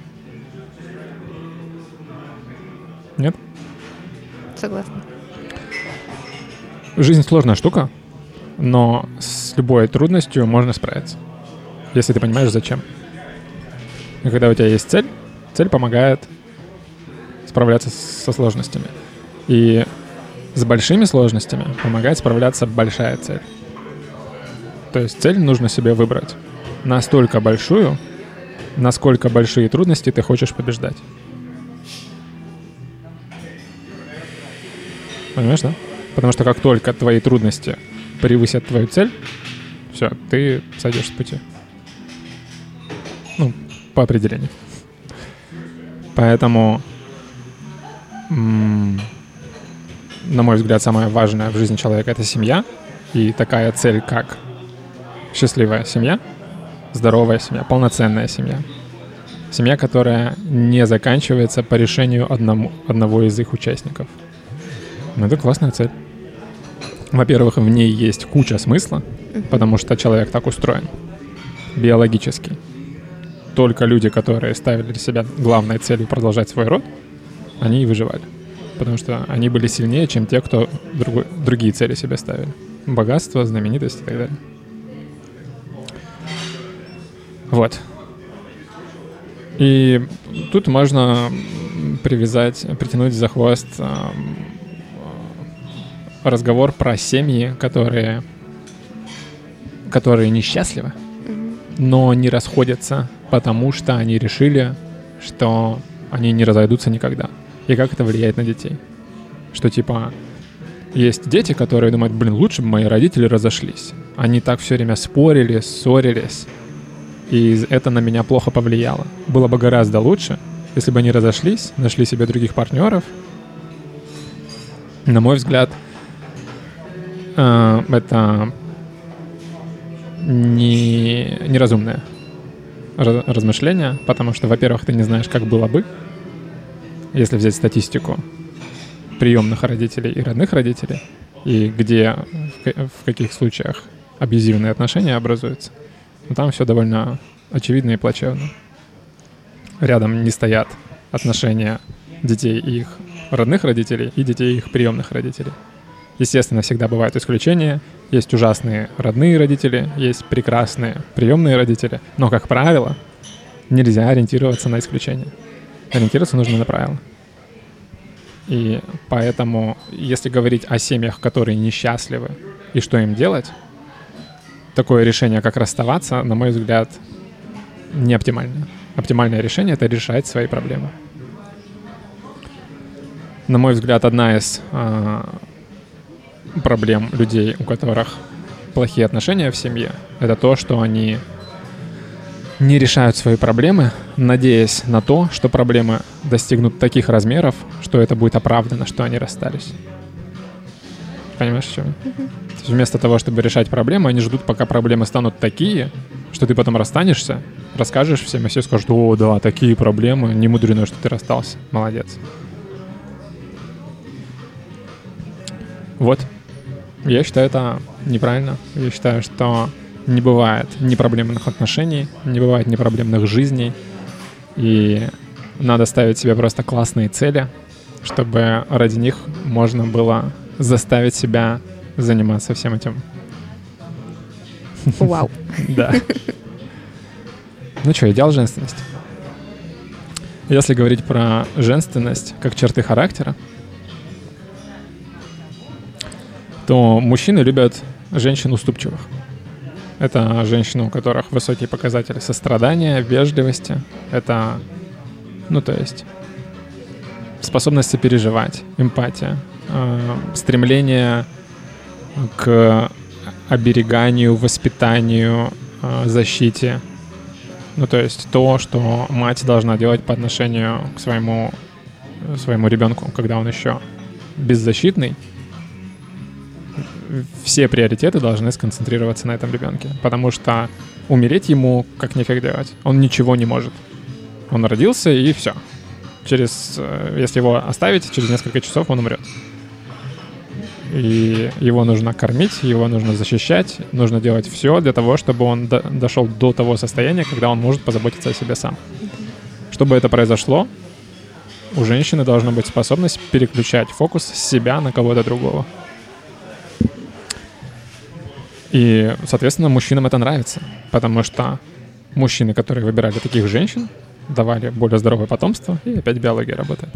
Нет? Согласна. Жизнь сложная штука, но с любой трудностью можно справиться, если ты понимаешь, зачем. И когда у тебя есть цель, цель помогает справляться со сложностями. И с большими сложностями помогает справляться большая цель. То есть цель нужно себе выбрать настолько большую, насколько большие трудности ты хочешь побеждать. Понимаешь, да? Потому что как только твои трудности превысят твою цель, все, ты сойдешь с пути. Ну, по определению. Поэтому, на мой взгляд, самое важное в жизни человека — это семья. И такая цель, как счастливая семья, здоровая семья, полноценная семья. Семья, которая не заканчивается по решению одного из их участников. Ну, это классная цель. Во-первых, в ней есть куча смысла, потому что человек так устроен, биологически. Только люди, которые ставили для себя главной целью продолжать свой род, они и выживали. Потому что они были сильнее, чем те, кто другие цели себе ставили. Богатство, знаменитость и так далее. Вот. И тут можно притянуть за хвост разговор про семьи, которые которые несчастливы, но не расходятся, потому что они решили, что они не разойдутся никогда. И как это влияет на детей? Что типа есть дети, которые думают, лучше бы мои родители разошлись. Они так все время спорили, ссорились, и это на меня плохо повлияло. Было бы гораздо лучше, если бы они разошлись, нашли себе других партнеров. На мой взгляд, это неразумное размышление, потому что, во-первых, ты не знаешь, как было бы, если взять статистику приемных родителей и родных родителей, и где, в каких случаях абьюзивные отношения образуются. Но там все довольно очевидно и плачевно. Рядом не стоят отношения детей и их родных родителей и детей их приемных родителей. Естественно, всегда бывают исключения. Есть ужасные родные родители, есть прекрасные приемные родители. Но, как правило, нельзя ориентироваться на исключения. Ориентироваться нужно на правила. И поэтому, если говорить о семьях, которые несчастливы, и что им делать, такое решение, как расставаться, на мой взгляд, не оптимальное. Оптимальное решение — это решать свои проблемы. На мой взгляд, одна из проблем людей, у которых плохие отношения в семье, это то, что они не решают свои проблемы, надеясь на то, что проблемы достигнут таких размеров, что это будет оправдано, что они расстались. Понимаешь, о чем я? То есть вместо того, чтобы решать проблемы, они ждут, пока проблемы станут такие, что ты потом расстанешься, расскажешь всем, и все скажут: «О, да, такие проблемы, не мудрено, что ты расстался. Молодец». Вот. Я считаю, это неправильно. Я считаю, что не бывает непроблемных отношений, не бывает непроблемных жизней. И надо ставить себе просто классные цели, чтобы ради них можно было заставить себя заниматься всем этим. Вау. Да. Ну что, идеал женственности. Если говорить про женственность как черты характера, то мужчины любят женщин уступчивых. Это женщины, у которых высокие показатели сострадания, вежливости. Это, то есть, способность сопереживать, эмпатия, стремление к обереганию, воспитанию, защите. То есть то, что мать должна делать по отношению к своему ребенку, когда он еще беззащитный. Все приоритеты должны сконцентрироваться на этом ребенке, потому что умереть ему как нифиг делать. Он ничего не может. Он родился, и все. Если его оставить, через несколько часов он умрет. И его нужно кормить, его нужно защищать, нужно делать все для того, чтобы он дошел до того состояния, когда он может позаботиться о себе сам. Чтобы это произошло, у женщины должна быть способность переключать фокус с себя на кого-то другого. И, соответственно, мужчинам это нравится, потому что мужчины, которые выбирали таких женщин, давали более здоровое потомство, и опять биология работает.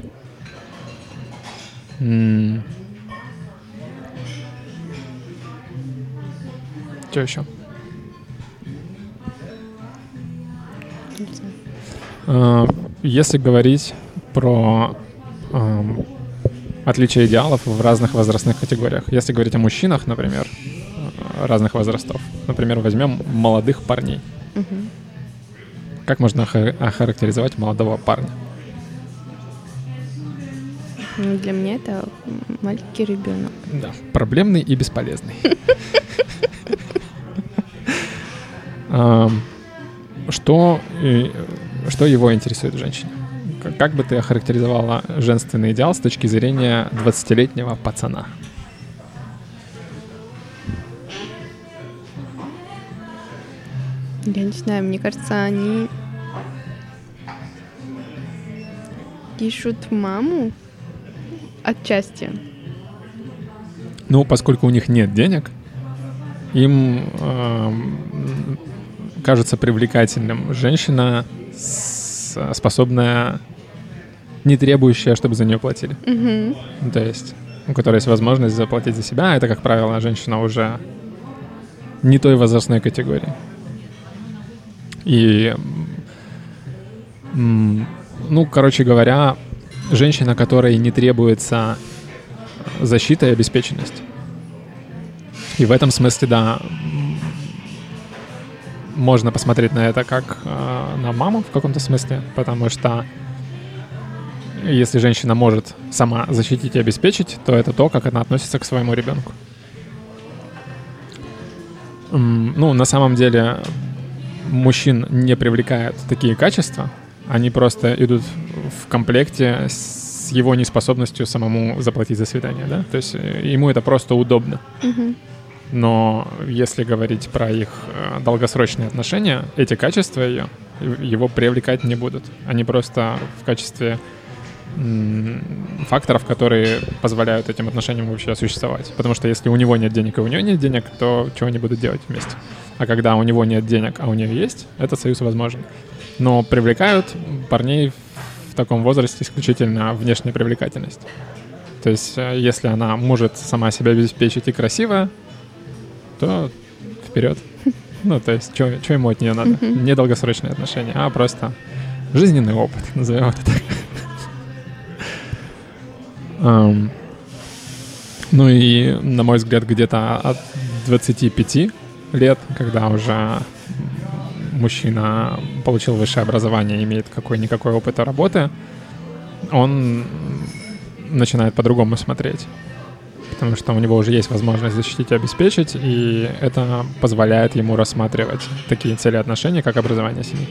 Что еще? Если говорить про отличие идеалов в разных возрастных категориях, если говорить о мужчинах, например, разных возрастов. Например, возьмем молодых парней. Как можно охарактеризовать молодого парня? Для меня это маленький ребенок. Да, проблемный и бесполезный. Что его интересует в женщине? Как бы ты охарактеризовала женственный идеал с точки зрения 20-летнего пацана? Я не знаю, мне кажется, они ищут маму отчасти. Поскольку у них нет денег, им кажется привлекательным женщина, способная, не требующая, чтобы за нее платили. То есть, у которой есть возможность заплатить за себя. Это, как правило, женщина уже не той возрастной категории. И, короче говоря, женщина, которой не требуется защита и обеспеченность. И в этом смысле, да, можно посмотреть на это как на маму в каком-то смысле, потому что если женщина может сама защитить и обеспечить, то это то, как она относится к своему ребенку. На самом деле мужчин не привлекают такие качества, они просто идут в комплекте с его неспособностью самому заплатить за свидание, да? То есть ему это просто удобно. Но если говорить про их долгосрочные отношения, эти качества его привлекать не будут. Они просто в качестве факторов, которые позволяют этим отношениям вообще существовать. Потому что если у него нет денег и у нее нет денег, то чего они будут делать вместе? А когда у него нет денег, а у нее есть, этот союз возможен. Но привлекают парней в таком возрасте исключительно внешняя привлекательность. То есть если она может сама себя обеспечить и красивая, то вперед. То есть что ему от нее надо? Не долгосрочные отношения, а просто жизненный опыт, назовем это так. И, на мой взгляд, где-то от 25 лет, когда уже мужчина получил высшее образование и имеет какой-никакой опыт работы, он начинает по-другому смотреть. Потому что у него уже есть возможность защитить и обеспечить, и это позволяет ему рассматривать такие цели отношений, как образование семьи.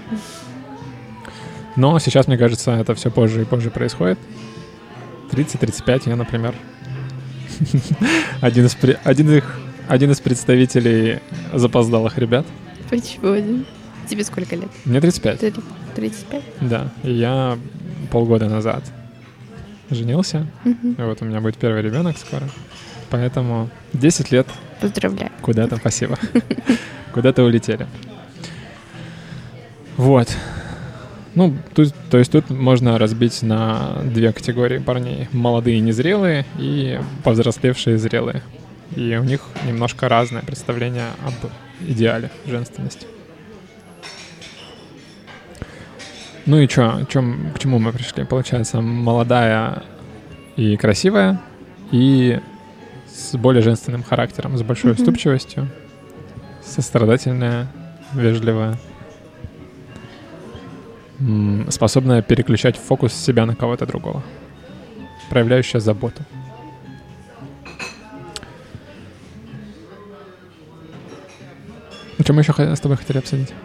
Но сейчас, мне кажется, это все позже и позже происходит. 30-35, я, например, один из представителей запоздалых ребят. Почему один? Тебе сколько лет? Мне 35. 35? Да, и я полгода назад женился. И вот у меня будет первый ребенок скоро. Поэтому 10 лет. Поздравляю. Куда-то, спасибо. Куда-то улетели. Вот. То есть тут можно разбить на две категории парней. Молодые незрелые и повзрослевшие зрелые. И у них немножко разное представление об идеале женственности. И к чему мы пришли? Получается, молодая и красивая, и с более женственным характером, с большой уступчивостью, сострадательная, вежливая, способная переключать фокус себя на кого-то другого, проявляющая заботу. Что мы еще с тобой хотели обсудить?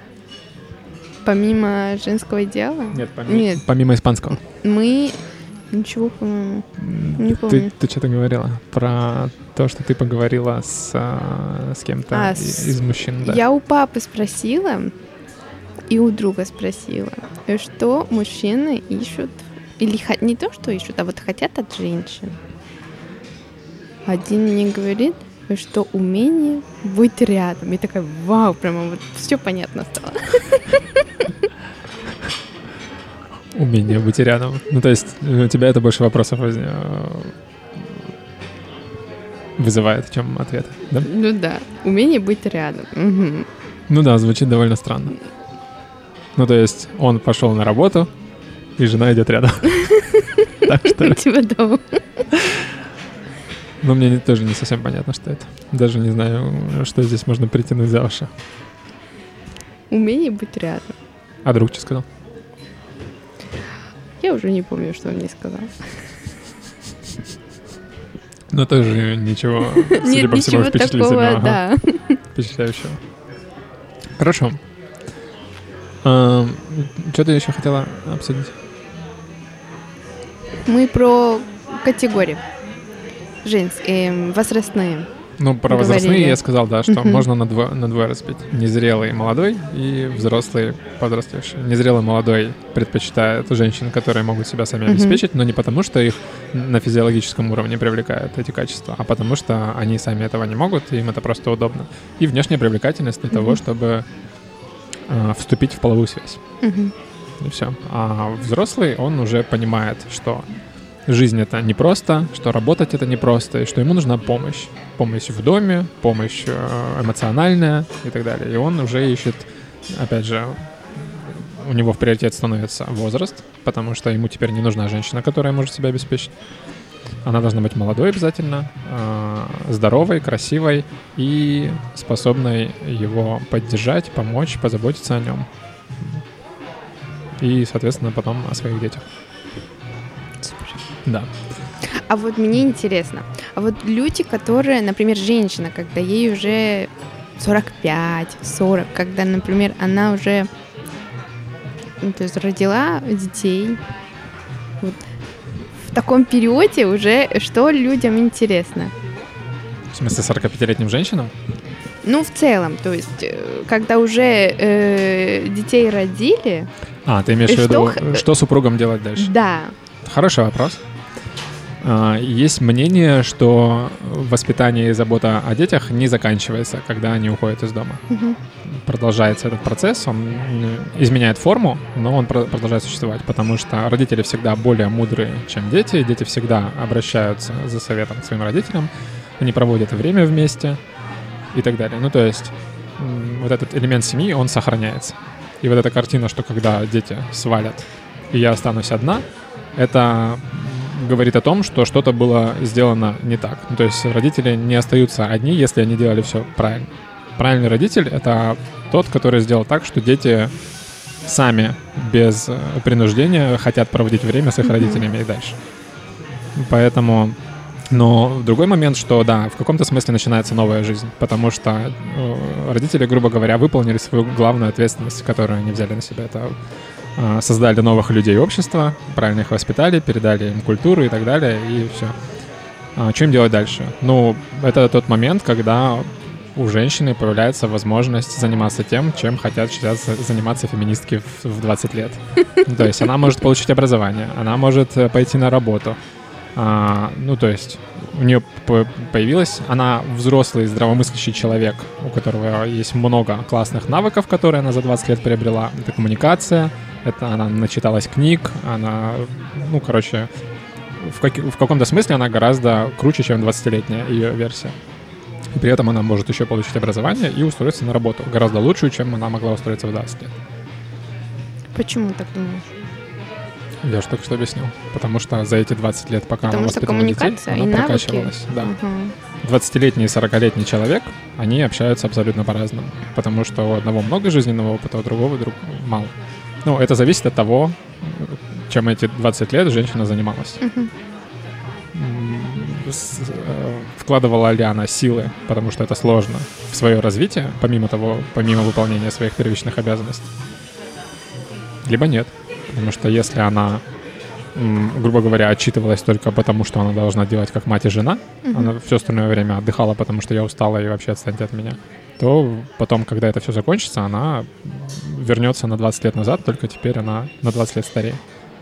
Помимо женского идеала? Нет, помимо испанского. Мы... Ничего, по-моему, не помню. Ты что-то говорила про то, что ты поговорила с кем-то из мужчин, да? Я у папы спросила и у друга спросила, что мужчины ищут, или не то, что ищут, а вот хотят от женщин. Один мне говорит, что умение быть рядом. И такая, вау, прямо вот все понятно стало. Умение быть рядом. То есть у тебя это больше вопросов вызывает, чем ответы, да? Да, умение быть рядом. Да, звучит довольно странно. То есть он пошел на работу, и жена идет рядом. Так что ли? Типа дома. Мне тоже не совсем понятно, что это. Даже не знаю, что здесь можно притянуть за уши. Умение быть рядом. А друг что сказал? Я уже не помню, что он мне сказал. Тоже ничего, судя по всему, впечатлительного. Да. Впечатляющего. Хорошо. Что ты еще хотела обсудить? Мы про категории женские, возрастные. Про возрастные я сказал, да, что можно на двое разбить. Незрелый молодой и взрослый повзрослевший. Незрелый молодой предпочитает женщин, которые могут себя сами обеспечить, но не потому, что их на физиологическом уровне привлекают эти качества, а потому что они сами этого не могут, и им это просто удобно. И внешняя привлекательность для того, чтобы вступить в половую связь. И все. А взрослый, он уже понимает, что жизнь это непросто, что работать это непросто, и что ему нужна помощь. Помощь в доме, помощь эмоциональная и так далее. И он уже ищет, опять же, у него в приоритет становится возраст, потому что ему теперь не нужна женщина, которая может себя обеспечить. Она должна быть молодой обязательно, здоровой, красивой и способной его поддержать, помочь, позаботиться о нем. И, соответственно, потом о своих детях. Супер. Да. А вот мне интересно, а вот люди, которые, например, женщина, когда ей уже 45-40, когда, например, она уже то есть родила детей, вот, в таком периоде уже что людям интересно? В смысле, 45-летним женщинам? Ну, в целом, то есть, когда уже детей родили... Ты имеешь в виду, что супругам делать дальше? Да. Хороший вопрос. Есть мнение, что воспитание и забота о детях не заканчивается, когда они уходят из дома. Угу. Продолжается этот процесс, он изменяет форму, но он продолжает существовать, потому что родители всегда более мудрые, чем дети. Дети всегда обращаются за советом к своим родителям, они проводят время вместе и так далее. Ну, то есть вот этот элемент семьи, он сохраняется. И вот эта картина, что когда дети свалят, и я останусь одна, это говорит о том, что что-то было сделано не так. Ну, то есть родители не остаются одни, если они делали все правильно. Правильный родитель — это тот, который сделал так, что дети сами, без принуждения, хотят проводить время с их родителями и дальше. Поэтому... Но другой момент, что да, в каком-то смысле начинается новая жизнь, потому что родители, грубо говоря, выполнили свою главную ответственность, которую они взяли на себя. Это создали новых людей общества, правильно их воспитали, передали им культуру и так далее, и все. Что им делать дальше? Ну, это тот момент, когда у женщины появляется возможность заниматься тем, чем хотят сейчас заниматься феминистки в 20 лет. То есть она может получить образование, она может пойти на работу. Ну, то есть у нее появилась, она взрослый, здравомыслящий человек, у которого есть много классных навыков, которые она за 20 лет приобрела. Это коммуникация, это она начиталась книг, она, ну, короче, в каком-то смысле она гораздо круче, чем 20-летняя ее версия. И при этом она может еще получить образование и устроиться на работу гораздо лучше, чем она могла устроиться в 20 лет. Почему так думаешь? Я же только что объяснил. Потому что за эти 20 лет, пока она воспитывала детей, она прокачивалась. Да. 20-летний и 40-летний человек, они общаются абсолютно по-разному. Потому что у одного много жизненного опыта, у другого мало. Ну, это зависит от того, чем эти 20 лет женщина занималась. Вкладывала ли она силы, потому что это сложно, в свое развитие, помимо выполнения своих первичных обязанностей. Либо нет. Потому что если она, грубо говоря, отчитывалась только потому, что она должна делать как мать и жена, она все остальное время отдыхала, потому что я устала и вообще отстаньте от меня, то потом, когда это все закончится, она вернется на 20 лет назад, только теперь она на 20 лет старее.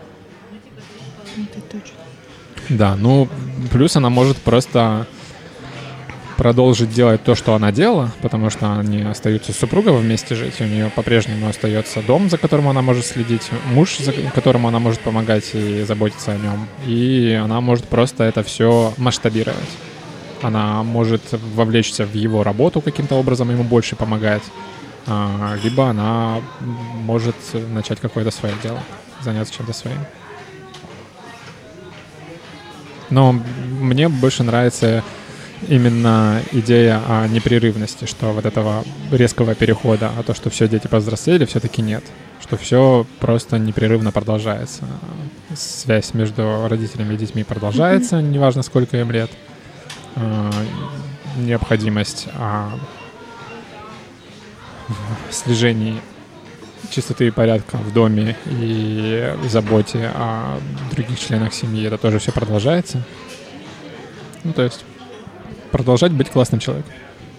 Это точно. Да, ну, плюс она может просто продолжить делать то, что она делала, потому что они остаются с супругом вместе жить, у нее по-прежнему остается дом, за которым она может следить, муж, которому она может помогать и заботиться о нем, и она может просто это все масштабировать. Она может вовлечься в его работу каким-то образом, ему больше помогать, либо она может начать какое-то свое дело, заняться чем-то своим. Но мне больше нравится именно идея о непрерывности, что вот этого резкого перехода, а то, что все, дети повзрослели, все-таки нет. Что все просто непрерывно продолжается. Связь между родителями и детьми продолжается, неважно, сколько им лет. Необходимость в слежении чистоты и порядка в доме и заботе о других членах семьи, это тоже все продолжается. Ну, то есть продолжать быть классным человеком.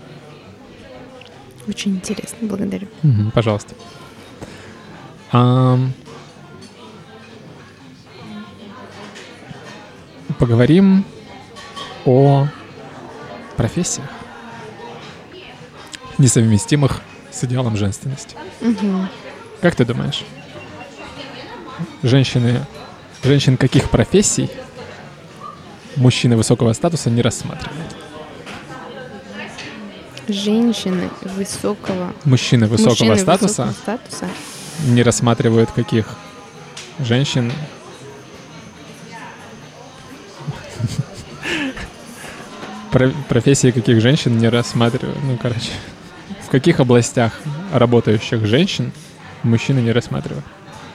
Очень интересно, благодарю. Пожалуйста. Поговорим о профессиях, несовместимых с идеалом женственности. Как ты думаешь, женщин каких профессий мужчины высокого статуса не рассматривают? Женщины высокого... Мужчины высокого статуса высокого статуса не рассматривают каких женщин... Профессии каких женщин не рассматривают. Ну, короче, в каких областях работающих женщин мужчины не рассматривают?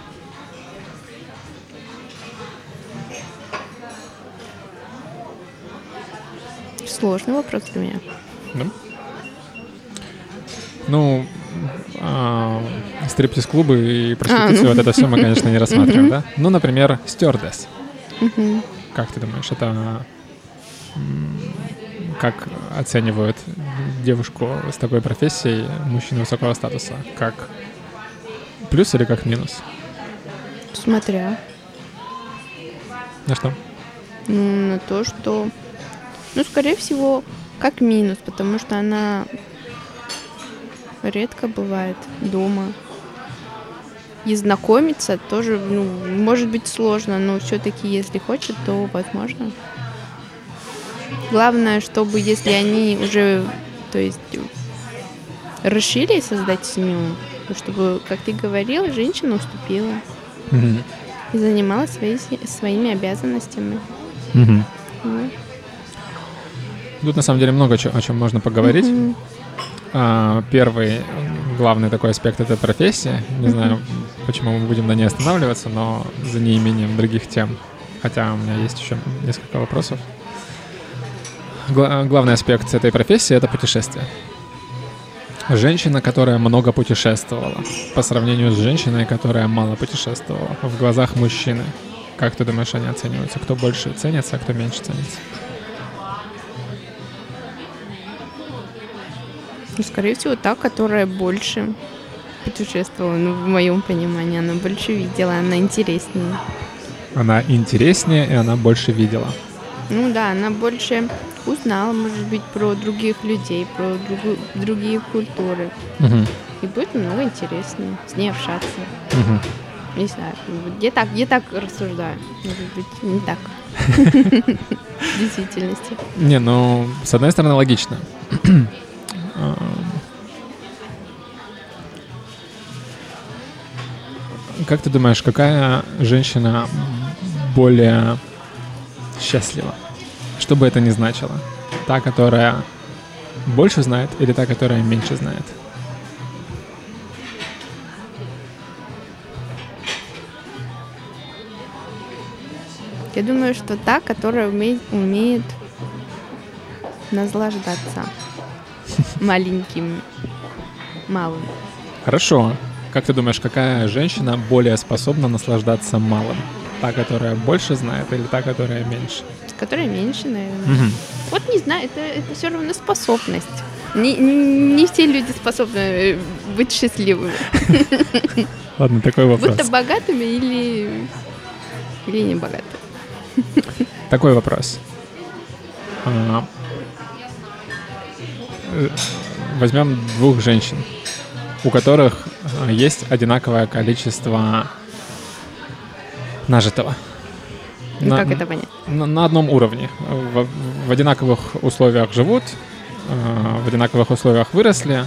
Сложный вопрос для меня. Ну, стриптиз-клубы и проституцию, вот это все мы, конечно, не рассматриваем, да? Ну, например, стюардесс. Как ты думаешь, это... Как оценивают девушку с такой профессией мужчины высокого статуса? Как плюс или как минус? Смотря. На что? На то, что... Ну, скорее всего, как минус, потому что она редко бывает дома. И знакомиться тоже, ну, может быть сложно, но все-таки, если хочет, то возможно. Главное, чтобы если они уже, то есть, решили создать семью, чтобы, как ты говорил, женщина уступила и занималась своими обязанностями. Вот. Тут на самом деле много о чем можно поговорить. Первый главный такой аспект — это профессия. Не знаю, почему мы будем на ней останавливаться, но за неимением других тем. Хотя у меня есть еще несколько вопросов. Главный аспект этой профессии — это путешествие. Женщина, которая много путешествовала, по сравнению с женщиной, которая мало путешествовала, в глазах мужчины. Как ты думаешь, они оцениваются? Кто больше ценится, а кто меньше ценится? Ну, скорее всего, та, которая больше путешествовала, ну, в моем понимании, она больше видела, она интереснее. Она интереснее, и она больше видела. Ну да, она больше узнала, может быть, про других людей, про другие культуры. И будет намного интереснее с ней общаться. Не знаю, я так рассуждаю. Может быть, не так. В действительности. Не, ну, с одной стороны, логично. Как ты думаешь, какая женщина более счастлива? Что бы это ни значило? Та, которая больше знает, или та, которая меньше знает? Я думаю, что та, которая умеет наслаждаться маленьким, малым. Хорошо. Как ты думаешь, какая женщина более способна наслаждаться малым? Та, которая больше знает, или та, которая меньше? Которая меньше, наверное. Вот не знаю, это все равно способность. Не все люди способны быть счастливыми. Ладно, такой вопрос. Будто богатыми или не богатыми. Такой вопрос. Возьмем двух женщин, у которых есть одинаковое количество нажитого. Как это понять? На одном уровне. В одинаковых условиях живут, в одинаковых условиях выросли.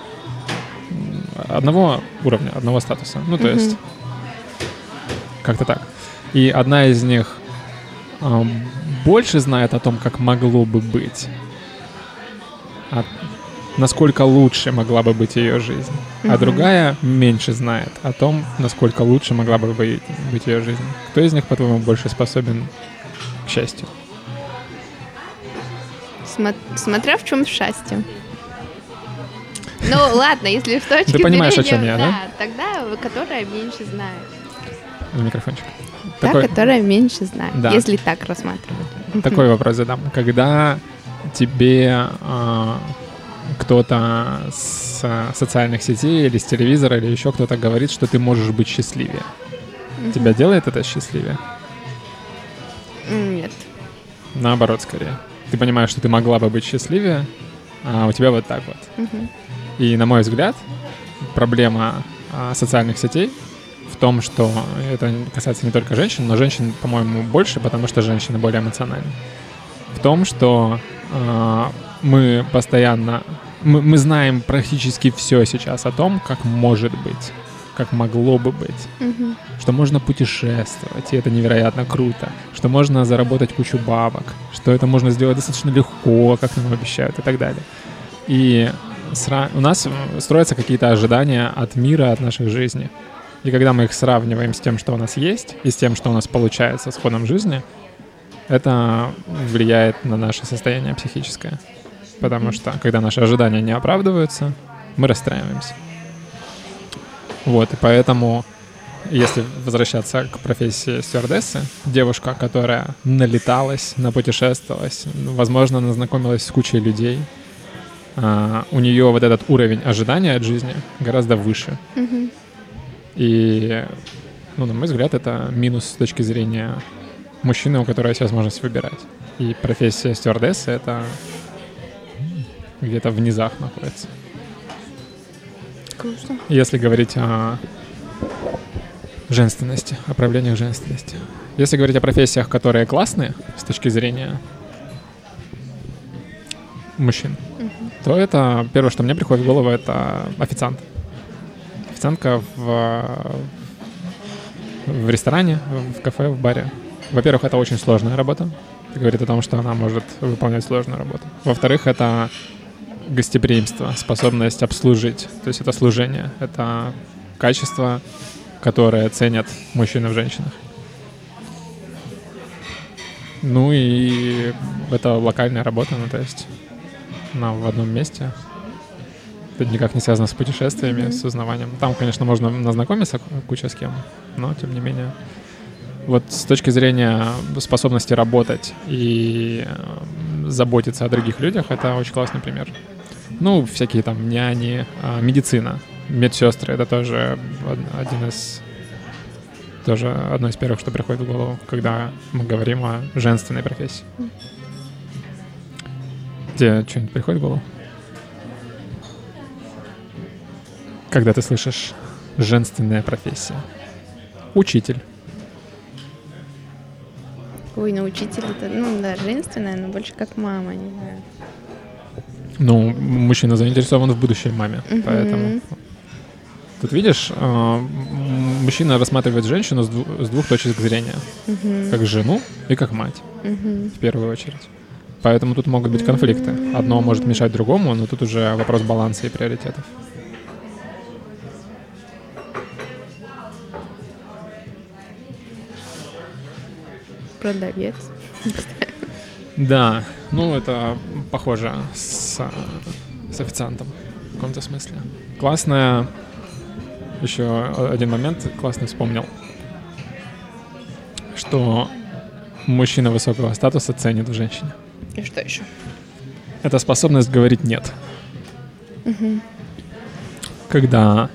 Одного уровня, одного статуса. Ну, то есть, как-то так. И одна из них больше знает о том, как могло бы быть, насколько лучше могла бы быть ее жизнь, а другая меньше знает о том, насколько лучше могла бы быть ее жизнь. Кто из них, по-твоему, больше способен к счастью? Смотря в чем счастье. Ну, ладно, если с точки зрения... Ты понимаешь, о чем я, да? Да, тогда, которая меньше знает. Микрофончик. Та, которая меньше знает, да. Если так рассматривать. Такой вопрос задам. Когда тебе кто-то с социальных сетей или с телевизора или еще кто-то говорит, что ты можешь быть счастливее, тебя делает это счастливее? Нет. Наоборот, скорее. Ты понимаешь, что ты могла бы быть счастливее, а у тебя вот так вот. И, на мой взгляд, проблема социальных сетей в том, что это касается не только женщин, но женщин, по-моему, больше, потому что женщины более эмоциональны. В том, что мы постоянно... Мы знаем практически все сейчас о том, как может быть, как могло бы быть, что можно путешествовать, и это невероятно круто, что можно заработать кучу бабок, что это можно сделать достаточно легко, как нам обещают, и так далее. И у нас строятся какие-то ожидания от мира, от нашей жизни. И когда мы их сравниваем с тем, что у нас есть, и с тем, что у нас получается с ходом жизни, это влияет на наше состояние психическое. Потому что, когда наши ожидания не оправдываются, мы расстраиваемся. Вот, и поэтому, если возвращаться к профессии стюардессы, девушка, которая налеталась, напутешествовалась, возможно, назнакомилась с кучей людей, у нее вот этот уровень ожидания от жизни гораздо выше. И, на мой взгляд, это минус с точки зрения мужчины, у которого есть возможность выбирать. И профессия стюардессы — это где-то в низах находится. Круто. Если говорить о женственности, о проявлениях женственности. Если говорить о профессиях, которые классные с точки зрения мужчин, то это первое, что мне приходит в голову, это официант. Официантка в ресторане, в кафе, в баре. Во-первых, это очень сложная работа. Это говорит о том, что она может выполнять сложную работу. Во-вторых, это гостеприимство, способность обслужить. То есть это служение, это качество, которое ценят мужчины в женщинах. Ну и это локальная работа, то есть она в одном месте. Это никак не связано с путешествиями, с узнаванием. Там, конечно, можно назнакомиться куча с кем, но тем не менее. Вот с точки зрения способности работать и заботиться о других людях, это очень классный пример. Ну, всякие там няни, медицина, медсестры — это тоже одно из первых, что приходит в голову, когда мы говорим о женственной профессии. Тебе что-нибудь приходит в голову? Когда ты слышишь «женственная профессия»? Учитель. Ой, учитель это, женственная, но больше как мама, не знаю. Ну, мужчина заинтересован в будущей маме, поэтому... Тут видишь, мужчина рассматривает женщину с двух точек зрения. Как жену и как мать, в первую очередь. Поэтому тут могут быть конфликты. Одно может мешать другому, но тут уже вопрос баланса и приоритетов. Продавец. Да, это похоже с официантом в каком-то смысле. Классная... Еще один момент классный вспомнил, что мужчина высокого статуса ценит в женщине. И что еще? Это способность говорить «нет». Когда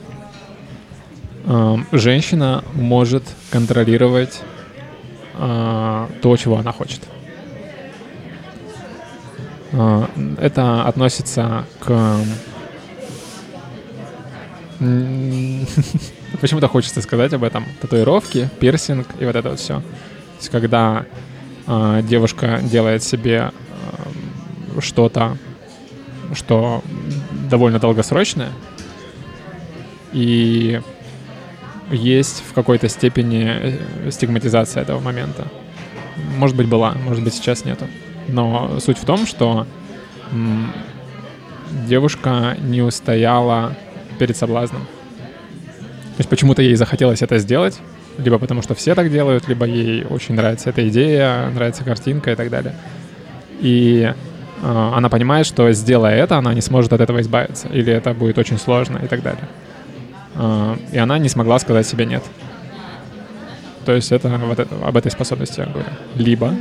женщина может контролировать то, чего она хочет. Это относится к... Почему-то хочется сказать об этом. Татуировки, пирсинг и вот это вот все. То есть когда девушка делает себе что-то, что довольно долгосрочное, и есть в какой-то степени стигматизация этого момента. Может быть, была, может быть, сейчас нету. Но суть в том, что девушка не устояла перед соблазном. То есть почему-то ей захотелось это сделать, либо потому что все так делают, либо ей очень нравится эта идея, нравится картинка и так далее. И она понимает, что, сделая это, она не сможет от этого избавиться, или это будет очень сложно и так далее. И она не смогла сказать себе «нет». То есть это об этой способности я говорю. Либо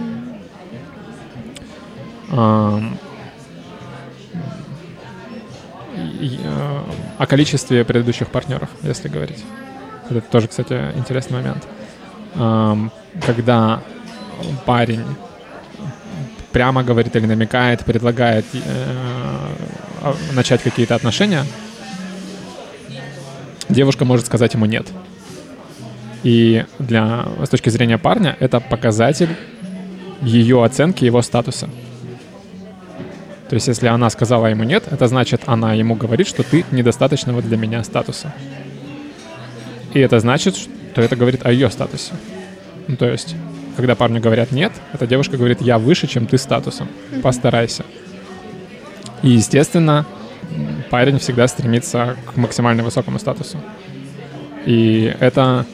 о количестве предыдущих партнеров, если говорить. Это тоже, кстати, интересный момент. Когда парень прямо говорит или намекает, предлагает начать какие-то отношения, девушка может сказать ему «нет». И с точки зрения парня это показатель ее оценки его статуса. То есть если она сказала ему нет, это значит, она ему говорит, что ты недостаточного для меня статуса. И это значит, что это говорит о ее статусе. Ну, то есть, когда парню говорят нет, эта девушка говорит, я выше, чем ты статусом. Постарайся. И, естественно, парень всегда стремится к максимально высокому статусу. И это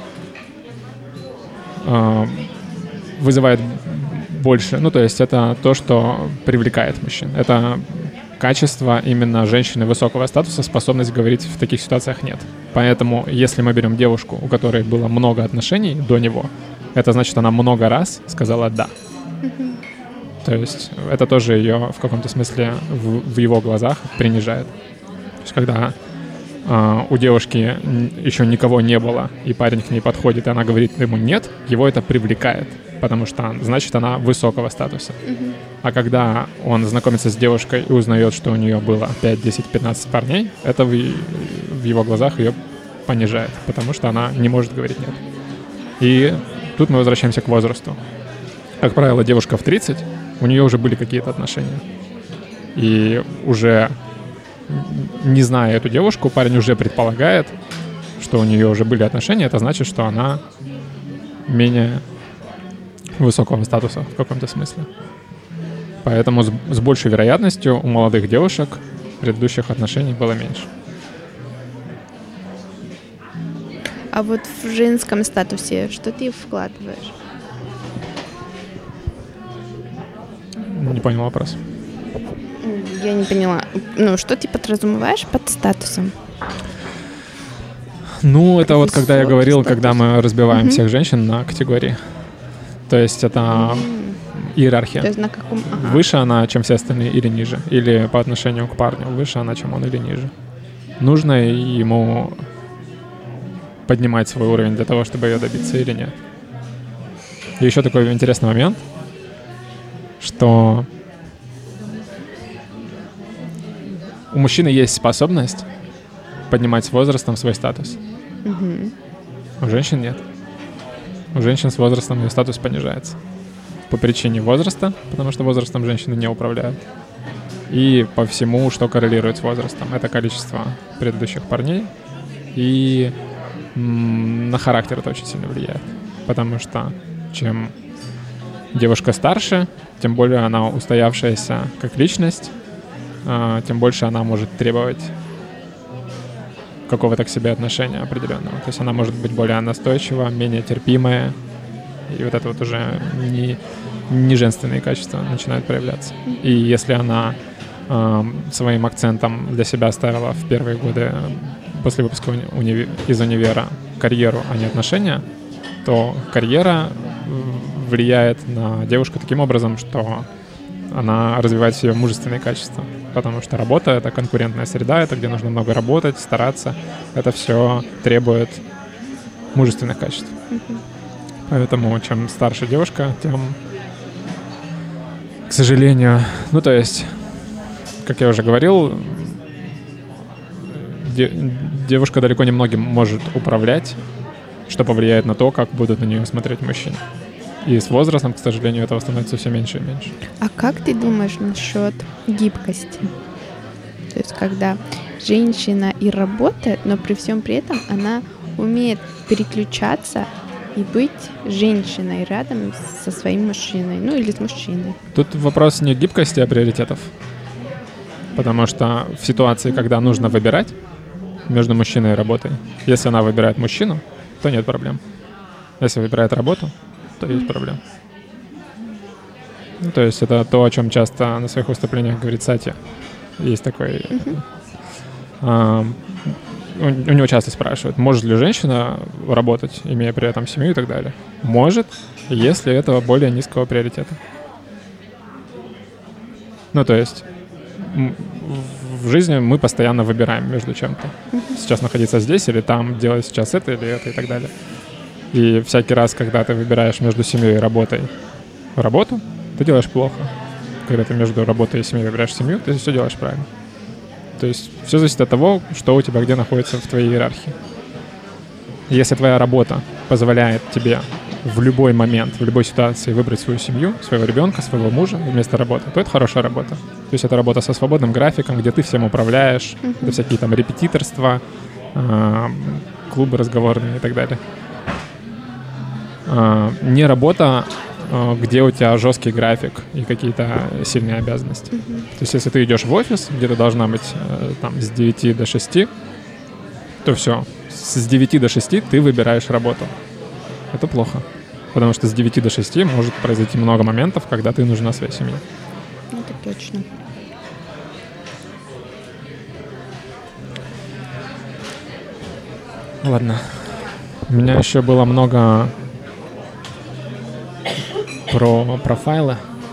вызывает больше, ну, то есть это то, что привлекает мужчин. Это качество именно женщины высокого статуса, способность говорить в таких ситуациях нет. Поэтому, если мы берем девушку, у которой было много отношений до него, это значит, она много раз сказала «да». То есть это тоже ее в каком-то смысле в его глазах принижает. То есть когда у девушки еще никого не было, и парень к ней подходит, и она говорит ему «нет», его это привлекает. Потому что, значит, она высокого статуса. А когда он знакомится с девушкой и узнает, что у нее было 5, 10, 15 парней, это в его глазах ее понижает, потому что она не может говорить «нет». И тут мы возвращаемся к возрасту. Как правило, девушка в 30, у нее уже были какие-то отношения. И уже, не зная эту девушку, парень уже предполагает, что у нее уже были отношения. Это значит, что она менее высокого статуса в каком-то смысле. Поэтому с большей вероятностью у молодых девушек предыдущих отношений было меньше. А вот в женском статусе что ты вкладываешь? Не понял вопрос. Я не поняла. Ну, что ты подразумеваешь под статусом? Ну, это вот когда я говорил, когда мы разбиваем всех женщин на категории. То есть это иерархия. То есть на каком... Выше она, чем все остальные, или ниже. Или по отношению к парню. Выше она, чем он, или ниже. Нужно ему поднимать свой уровень для того, чтобы ее добиться, или нет. И еще такой интересный момент, что у мужчины есть способность поднимать с возрастом свой статус. У женщин нет. У женщин с возрастом ее статус понижается. По причине возраста, потому что возрастом женщины не управляют. И по всему, что коррелирует с возрастом. Это количество предыдущих парней. И на характер это очень сильно влияет. Потому что чем девушка старше, тем более она устоявшаяся как личность, тем больше она может требовать какого-то к себе отношения определенного. То есть она может быть более настойчива, менее терпимая. И вот это вот уже не женственные качества начинают проявляться. И если она своим акцентом для себя ставила в первые годы после выпуска из универа карьеру, а не отношения, то карьера влияет на девушку таким образом, что она развивает в себе мужественные качества. Потому что работа — это конкурентная среда, это где нужно много работать, стараться. Это все требует мужественных качеств. Поэтому чем старше девушка, тем, к сожалению... Ну, то есть, как я уже говорил, девушка далеко не многим может управлять, что повлияет на то, как будут на нее смотреть мужчины. И с возрастом, к сожалению, этого становится все меньше и меньше. А как ты думаешь насчет гибкости? То есть, когда женщина и работает, но при всем при этом она умеет переключаться и быть женщиной рядом со своим мужчиной, ну или с мужчиной. Тут вопрос не гибкости, а приоритетов. Потому что в ситуации, когда нужно выбирать между мужчиной и работой, если она выбирает мужчину, то нет проблем. Если выбирает работу, то есть проблема. Ну, то есть это то, о чем часто на своих выступлениях говорит Сати. Есть такой... У него часто спрашивают, может ли женщина работать, имея при этом семью и так далее. Может, если этого более низкого приоритета. Ну, то есть в жизни мы постоянно выбираем между чем-то. Сейчас находиться здесь или там, делать сейчас это или это и так далее. И всякий раз, когда ты выбираешь между семьей и работой работу, ты делаешь плохо. Когда ты между работой и семьей выбираешь семью, ты все делаешь правильно. То есть все зависит от того, что у тебя где находится в твоей иерархии. Если твоя работа позволяет тебе в любой момент, в любой ситуации выбрать свою семью, своего ребенка, своего мужа вместо работы, то это хорошая работа. То есть это работа со свободным графиком, где ты всем управляешь, это всякие там репетиторства, клубы разговорные и так далее. Не работа, где у тебя жесткий график и какие-то сильные обязанности. То есть если ты идешь в офис, где ты должна быть там с 9 до 6, то все, с 9 до 6 ты выбираешь работу. Это плохо, потому что с 9 до 6 может произойти много моментов, когда ты нужна своей семье. Это точно. Ладно. У меня еще было много про профайлы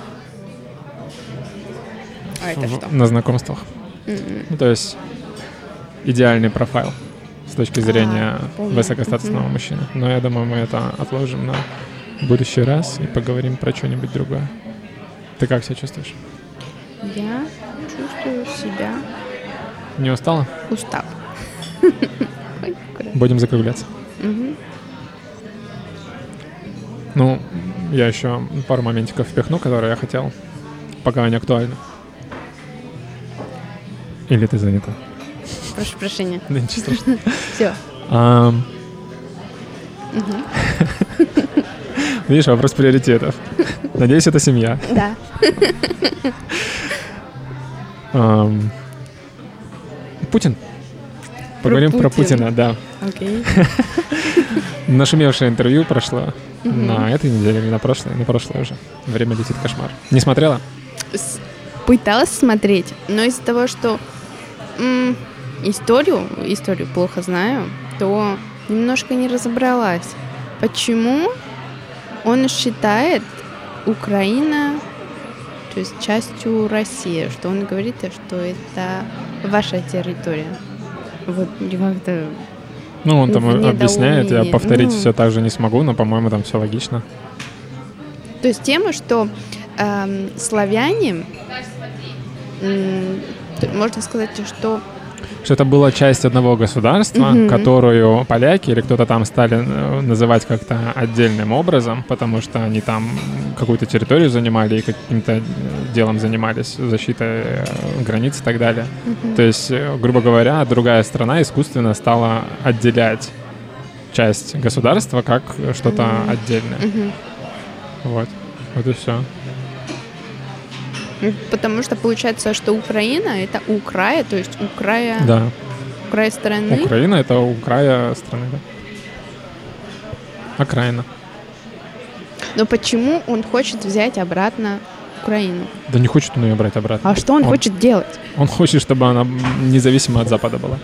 Это что? на знакомствах. Ну, то есть идеальный профайл с точки зрения высокостатусного мужчины. Но я думаю, мы это отложим на будущий раз и поговорим про что-нибудь другое. Ты как себя чувствуешь? Я чувствую себя Не устала? устал. Будем закругляться. Ну, я еще пару моментиков впихну, которые я хотел, пока они актуальны. Или ты занята? Прошу прощения. Да ничего страшного. Все. Видишь, вопрос приоритетов. Надеюсь, это семья. Да. Путин. Поговорим про Путина, да. Окей. Нашумевшее интервью прошло на этой неделе или на прошлой? На прошлой уже. Время летит кошмар. Не смотрела? Пыталась смотреть, но из-за того, что историю плохо знаю, то немножко не разобралась. Почему он считает Украину, то есть частью России, что он говорит, что это ваша территория. Вот как-то... Ну, он там объясняет, я повторить все так же не смогу, но, по-моему, там все логично. То есть тема, что славяне, можно сказать, что это была часть одного государства, которую поляки или кто-то там стали называть как-то отдельным образом, потому что они там какую-то территорию занимали и каким-то делом занимались, защитой границ и так далее. То есть, грубо говоря, другая страна искусственно стала отделять часть государства как что-то отдельное. Вот и все. Потому что получается, что Украина — это у края, то есть у края, да. У края страны. Украина — это у края страны, да. Окраина. Но почему он хочет взять обратно Украину? Да не хочет он ее брать обратно. А что он хочет делать? Он хочет, чтобы она независима от Запада была.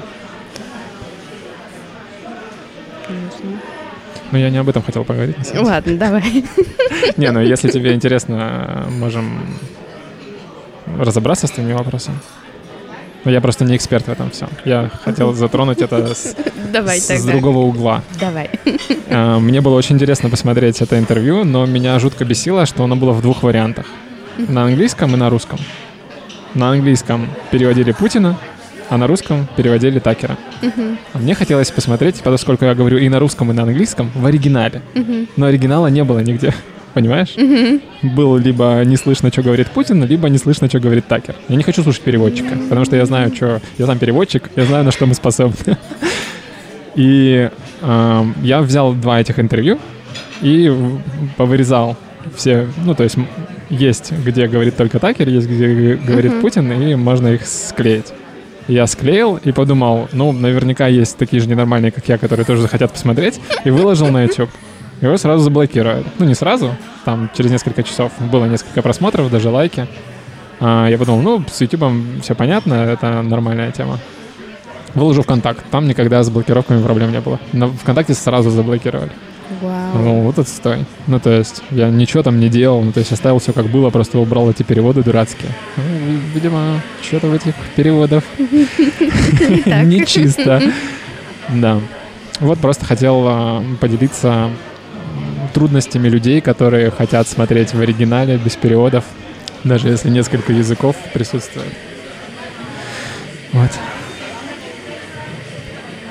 Но я не об этом хотел поговорить. Ладно, давай. Не, ну если тебе интересно, можем разобраться с твоими вопросами. Но я просто не эксперт в этом всем. Я хотел затронуть это с другого угла. Давай. Мне было очень интересно посмотреть это интервью, но меня жутко бесило, что оно было в двух вариантах. На английском и на русском. На английском переводили Путина, а на русском переводили Такера. А мне хотелось посмотреть, поскольку я говорю и на русском, и на английском, в оригинале. Но оригинала не было нигде. Понимаешь? Было либо не слышно, что говорит Путин, либо не слышно, что говорит Такер. Я не хочу слушать переводчика, потому что я знаю, что... Я сам переводчик, я знаю, на что мы способны. И я взял 2 этих интервью и повырезал все... Ну, то есть где говорит только Такер, есть где говорит Путин, и можно их склеить. Я склеил и подумал, ну, наверняка есть такие же ненормальные, как я, которые тоже захотят посмотреть, и выложил на YouTube. Его сразу заблокируют. Ну, не сразу, там через несколько часов было несколько просмотров, даже лайки. Я подумал, ну, с YouTube все понятно, это нормальная тема. Выложу ВКонтакт, там никогда с блокировками проблем не было. Но ВКонтакте сразу заблокировали. Вау. Ну, вот отстой. Ну, то есть, я ничего там не делал, ну, то есть, оставил все как было, просто убрал эти переводы дурацкие. Ну, видимо, что-то в этих переводах нечисто. Да. Вот просто хотел поделиться трудностями людей, которые хотят смотреть в оригинале без переводов, даже если несколько языков присутствует. Вот.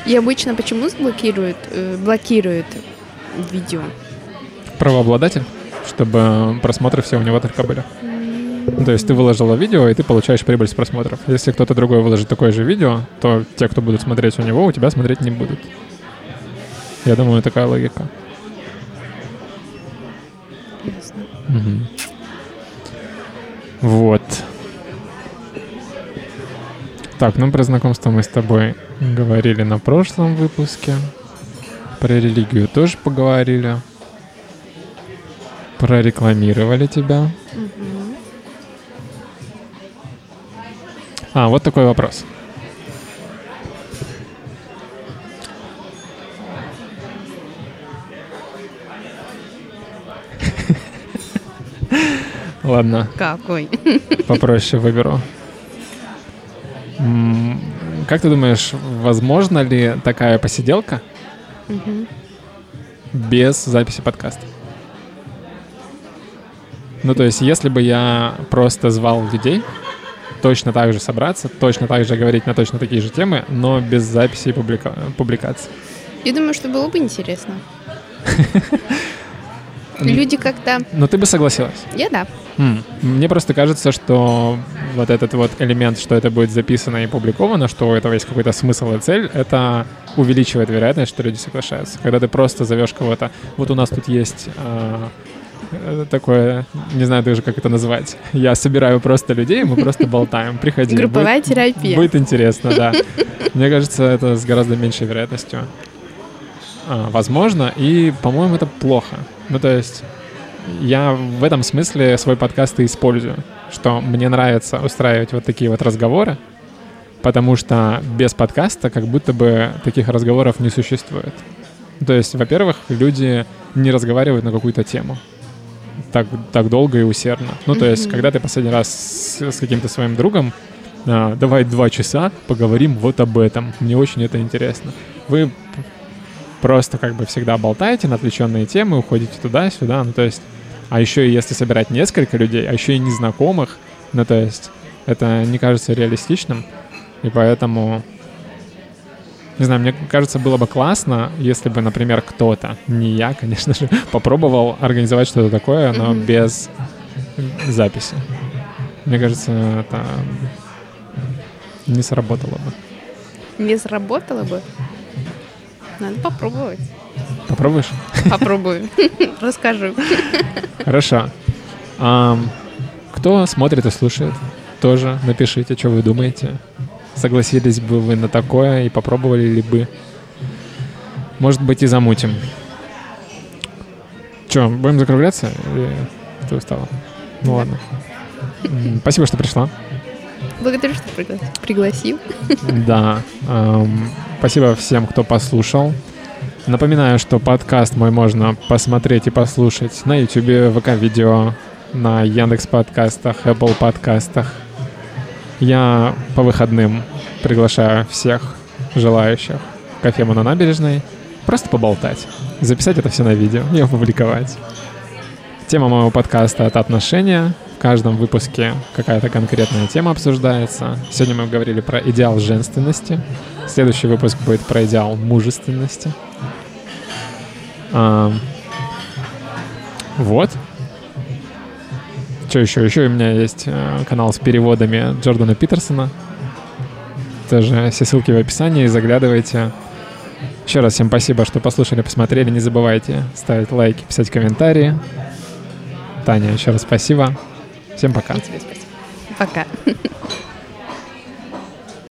И обычно почему блокируют видео? Правообладатель, чтобы просмотры все у него только были. То есть ты выложила видео, и ты получаешь прибыль с просмотров. Если кто-то другой выложит такое же видео, то те, кто будут смотреть у него, у тебя смотреть не будут. Я думаю, такая логика. Ясно. Угу. Вот. Так, ну про знакомство мы с тобой говорили на прошлом выпуске. Про религию тоже поговорили. Прорекламировали тебя. Вот такой вопрос. Ладно. Какой? Попроще выберу. Как ты думаешь, возможно ли такая посиделка без записи подкаста? Ну, то есть, если бы я просто звал людей, точно так же собраться, точно так же говорить на точно такие же темы, но без записи и публикации. Я думаю, что было бы интересно. Люди как-то... Но ты бы согласилась? Я да. Мне просто кажется, что вот этот вот элемент, что это будет записано и опубликовано, что у этого есть какой-то смысл и цель, это увеличивает вероятность, что люди соглашаются. Когда ты просто зовешь кого-то, вот у нас тут есть... такое, не знаю даже, как это назвать. Я собираю просто людей, мы просто болтаем. Приходи. Групповая терапия. Будет интересно, да. Мне кажется, это с гораздо меньшей вероятностью возможно, и, по-моему, это плохо. Ну, то есть я в этом смысле свой подкаст и использую, что мне нравится устраивать вот такие вот разговоры, потому что без подкаста как будто бы таких разговоров не существует. То есть, во-первых, люди не разговаривают на какую-то тему так долго и усердно. Ну, то есть, когда ты последний раз с каким-то своим другом, давай 2 часа поговорим вот об этом. Мне очень это интересно. Вы просто как бы всегда болтаете на отвлеченные темы, уходите туда-сюда. Ну, то есть, а еще и если собирать несколько людей, а еще и незнакомых, ну, то есть, это не кажется реалистичным. И поэтому... Не знаю, мне кажется, было бы классно, если бы, например, кто-то, не я, конечно же, попробовал организовать что-то такое, но без записи. Мне кажется, это не сработало бы. Не сработало бы? Надо попробовать. Попробуешь? Попробую. Расскажу. Хорошо. Кто смотрит и слушает, тоже напишите, что вы думаете. Согласились бы вы на такое и попробовали ли бы? Может быть, и замутим. Че, будем закругляться? Или ты устала? Ну ладно. Спасибо, что пришла. Благодарю, что пригласил. Да. Спасибо всем, кто послушал. Напоминаю, что подкаст мой можно посмотреть и послушать на YouTube, ВК-видео, на Яндекс.Подкастах, Apple подкастах. Я по выходным приглашаю всех желающих в кафе на набережной просто поболтать, записать это все на видео и опубликовать. Тема моего подкаста — это отношения. В каждом выпуске какая-то конкретная тема обсуждается. Сегодня мы говорили про идеал женственности. Следующий выпуск будет про идеал мужественности. Вот. Что еще? Еще у меня есть канал с переводами Джордана Питерсона. Тоже все ссылки в описании. Заглядывайте. Еще раз всем спасибо, что послушали, посмотрели. Не забывайте ставить лайки, писать комментарии. Таня, еще раз спасибо. Всем пока. И тебе спасибо. Пока.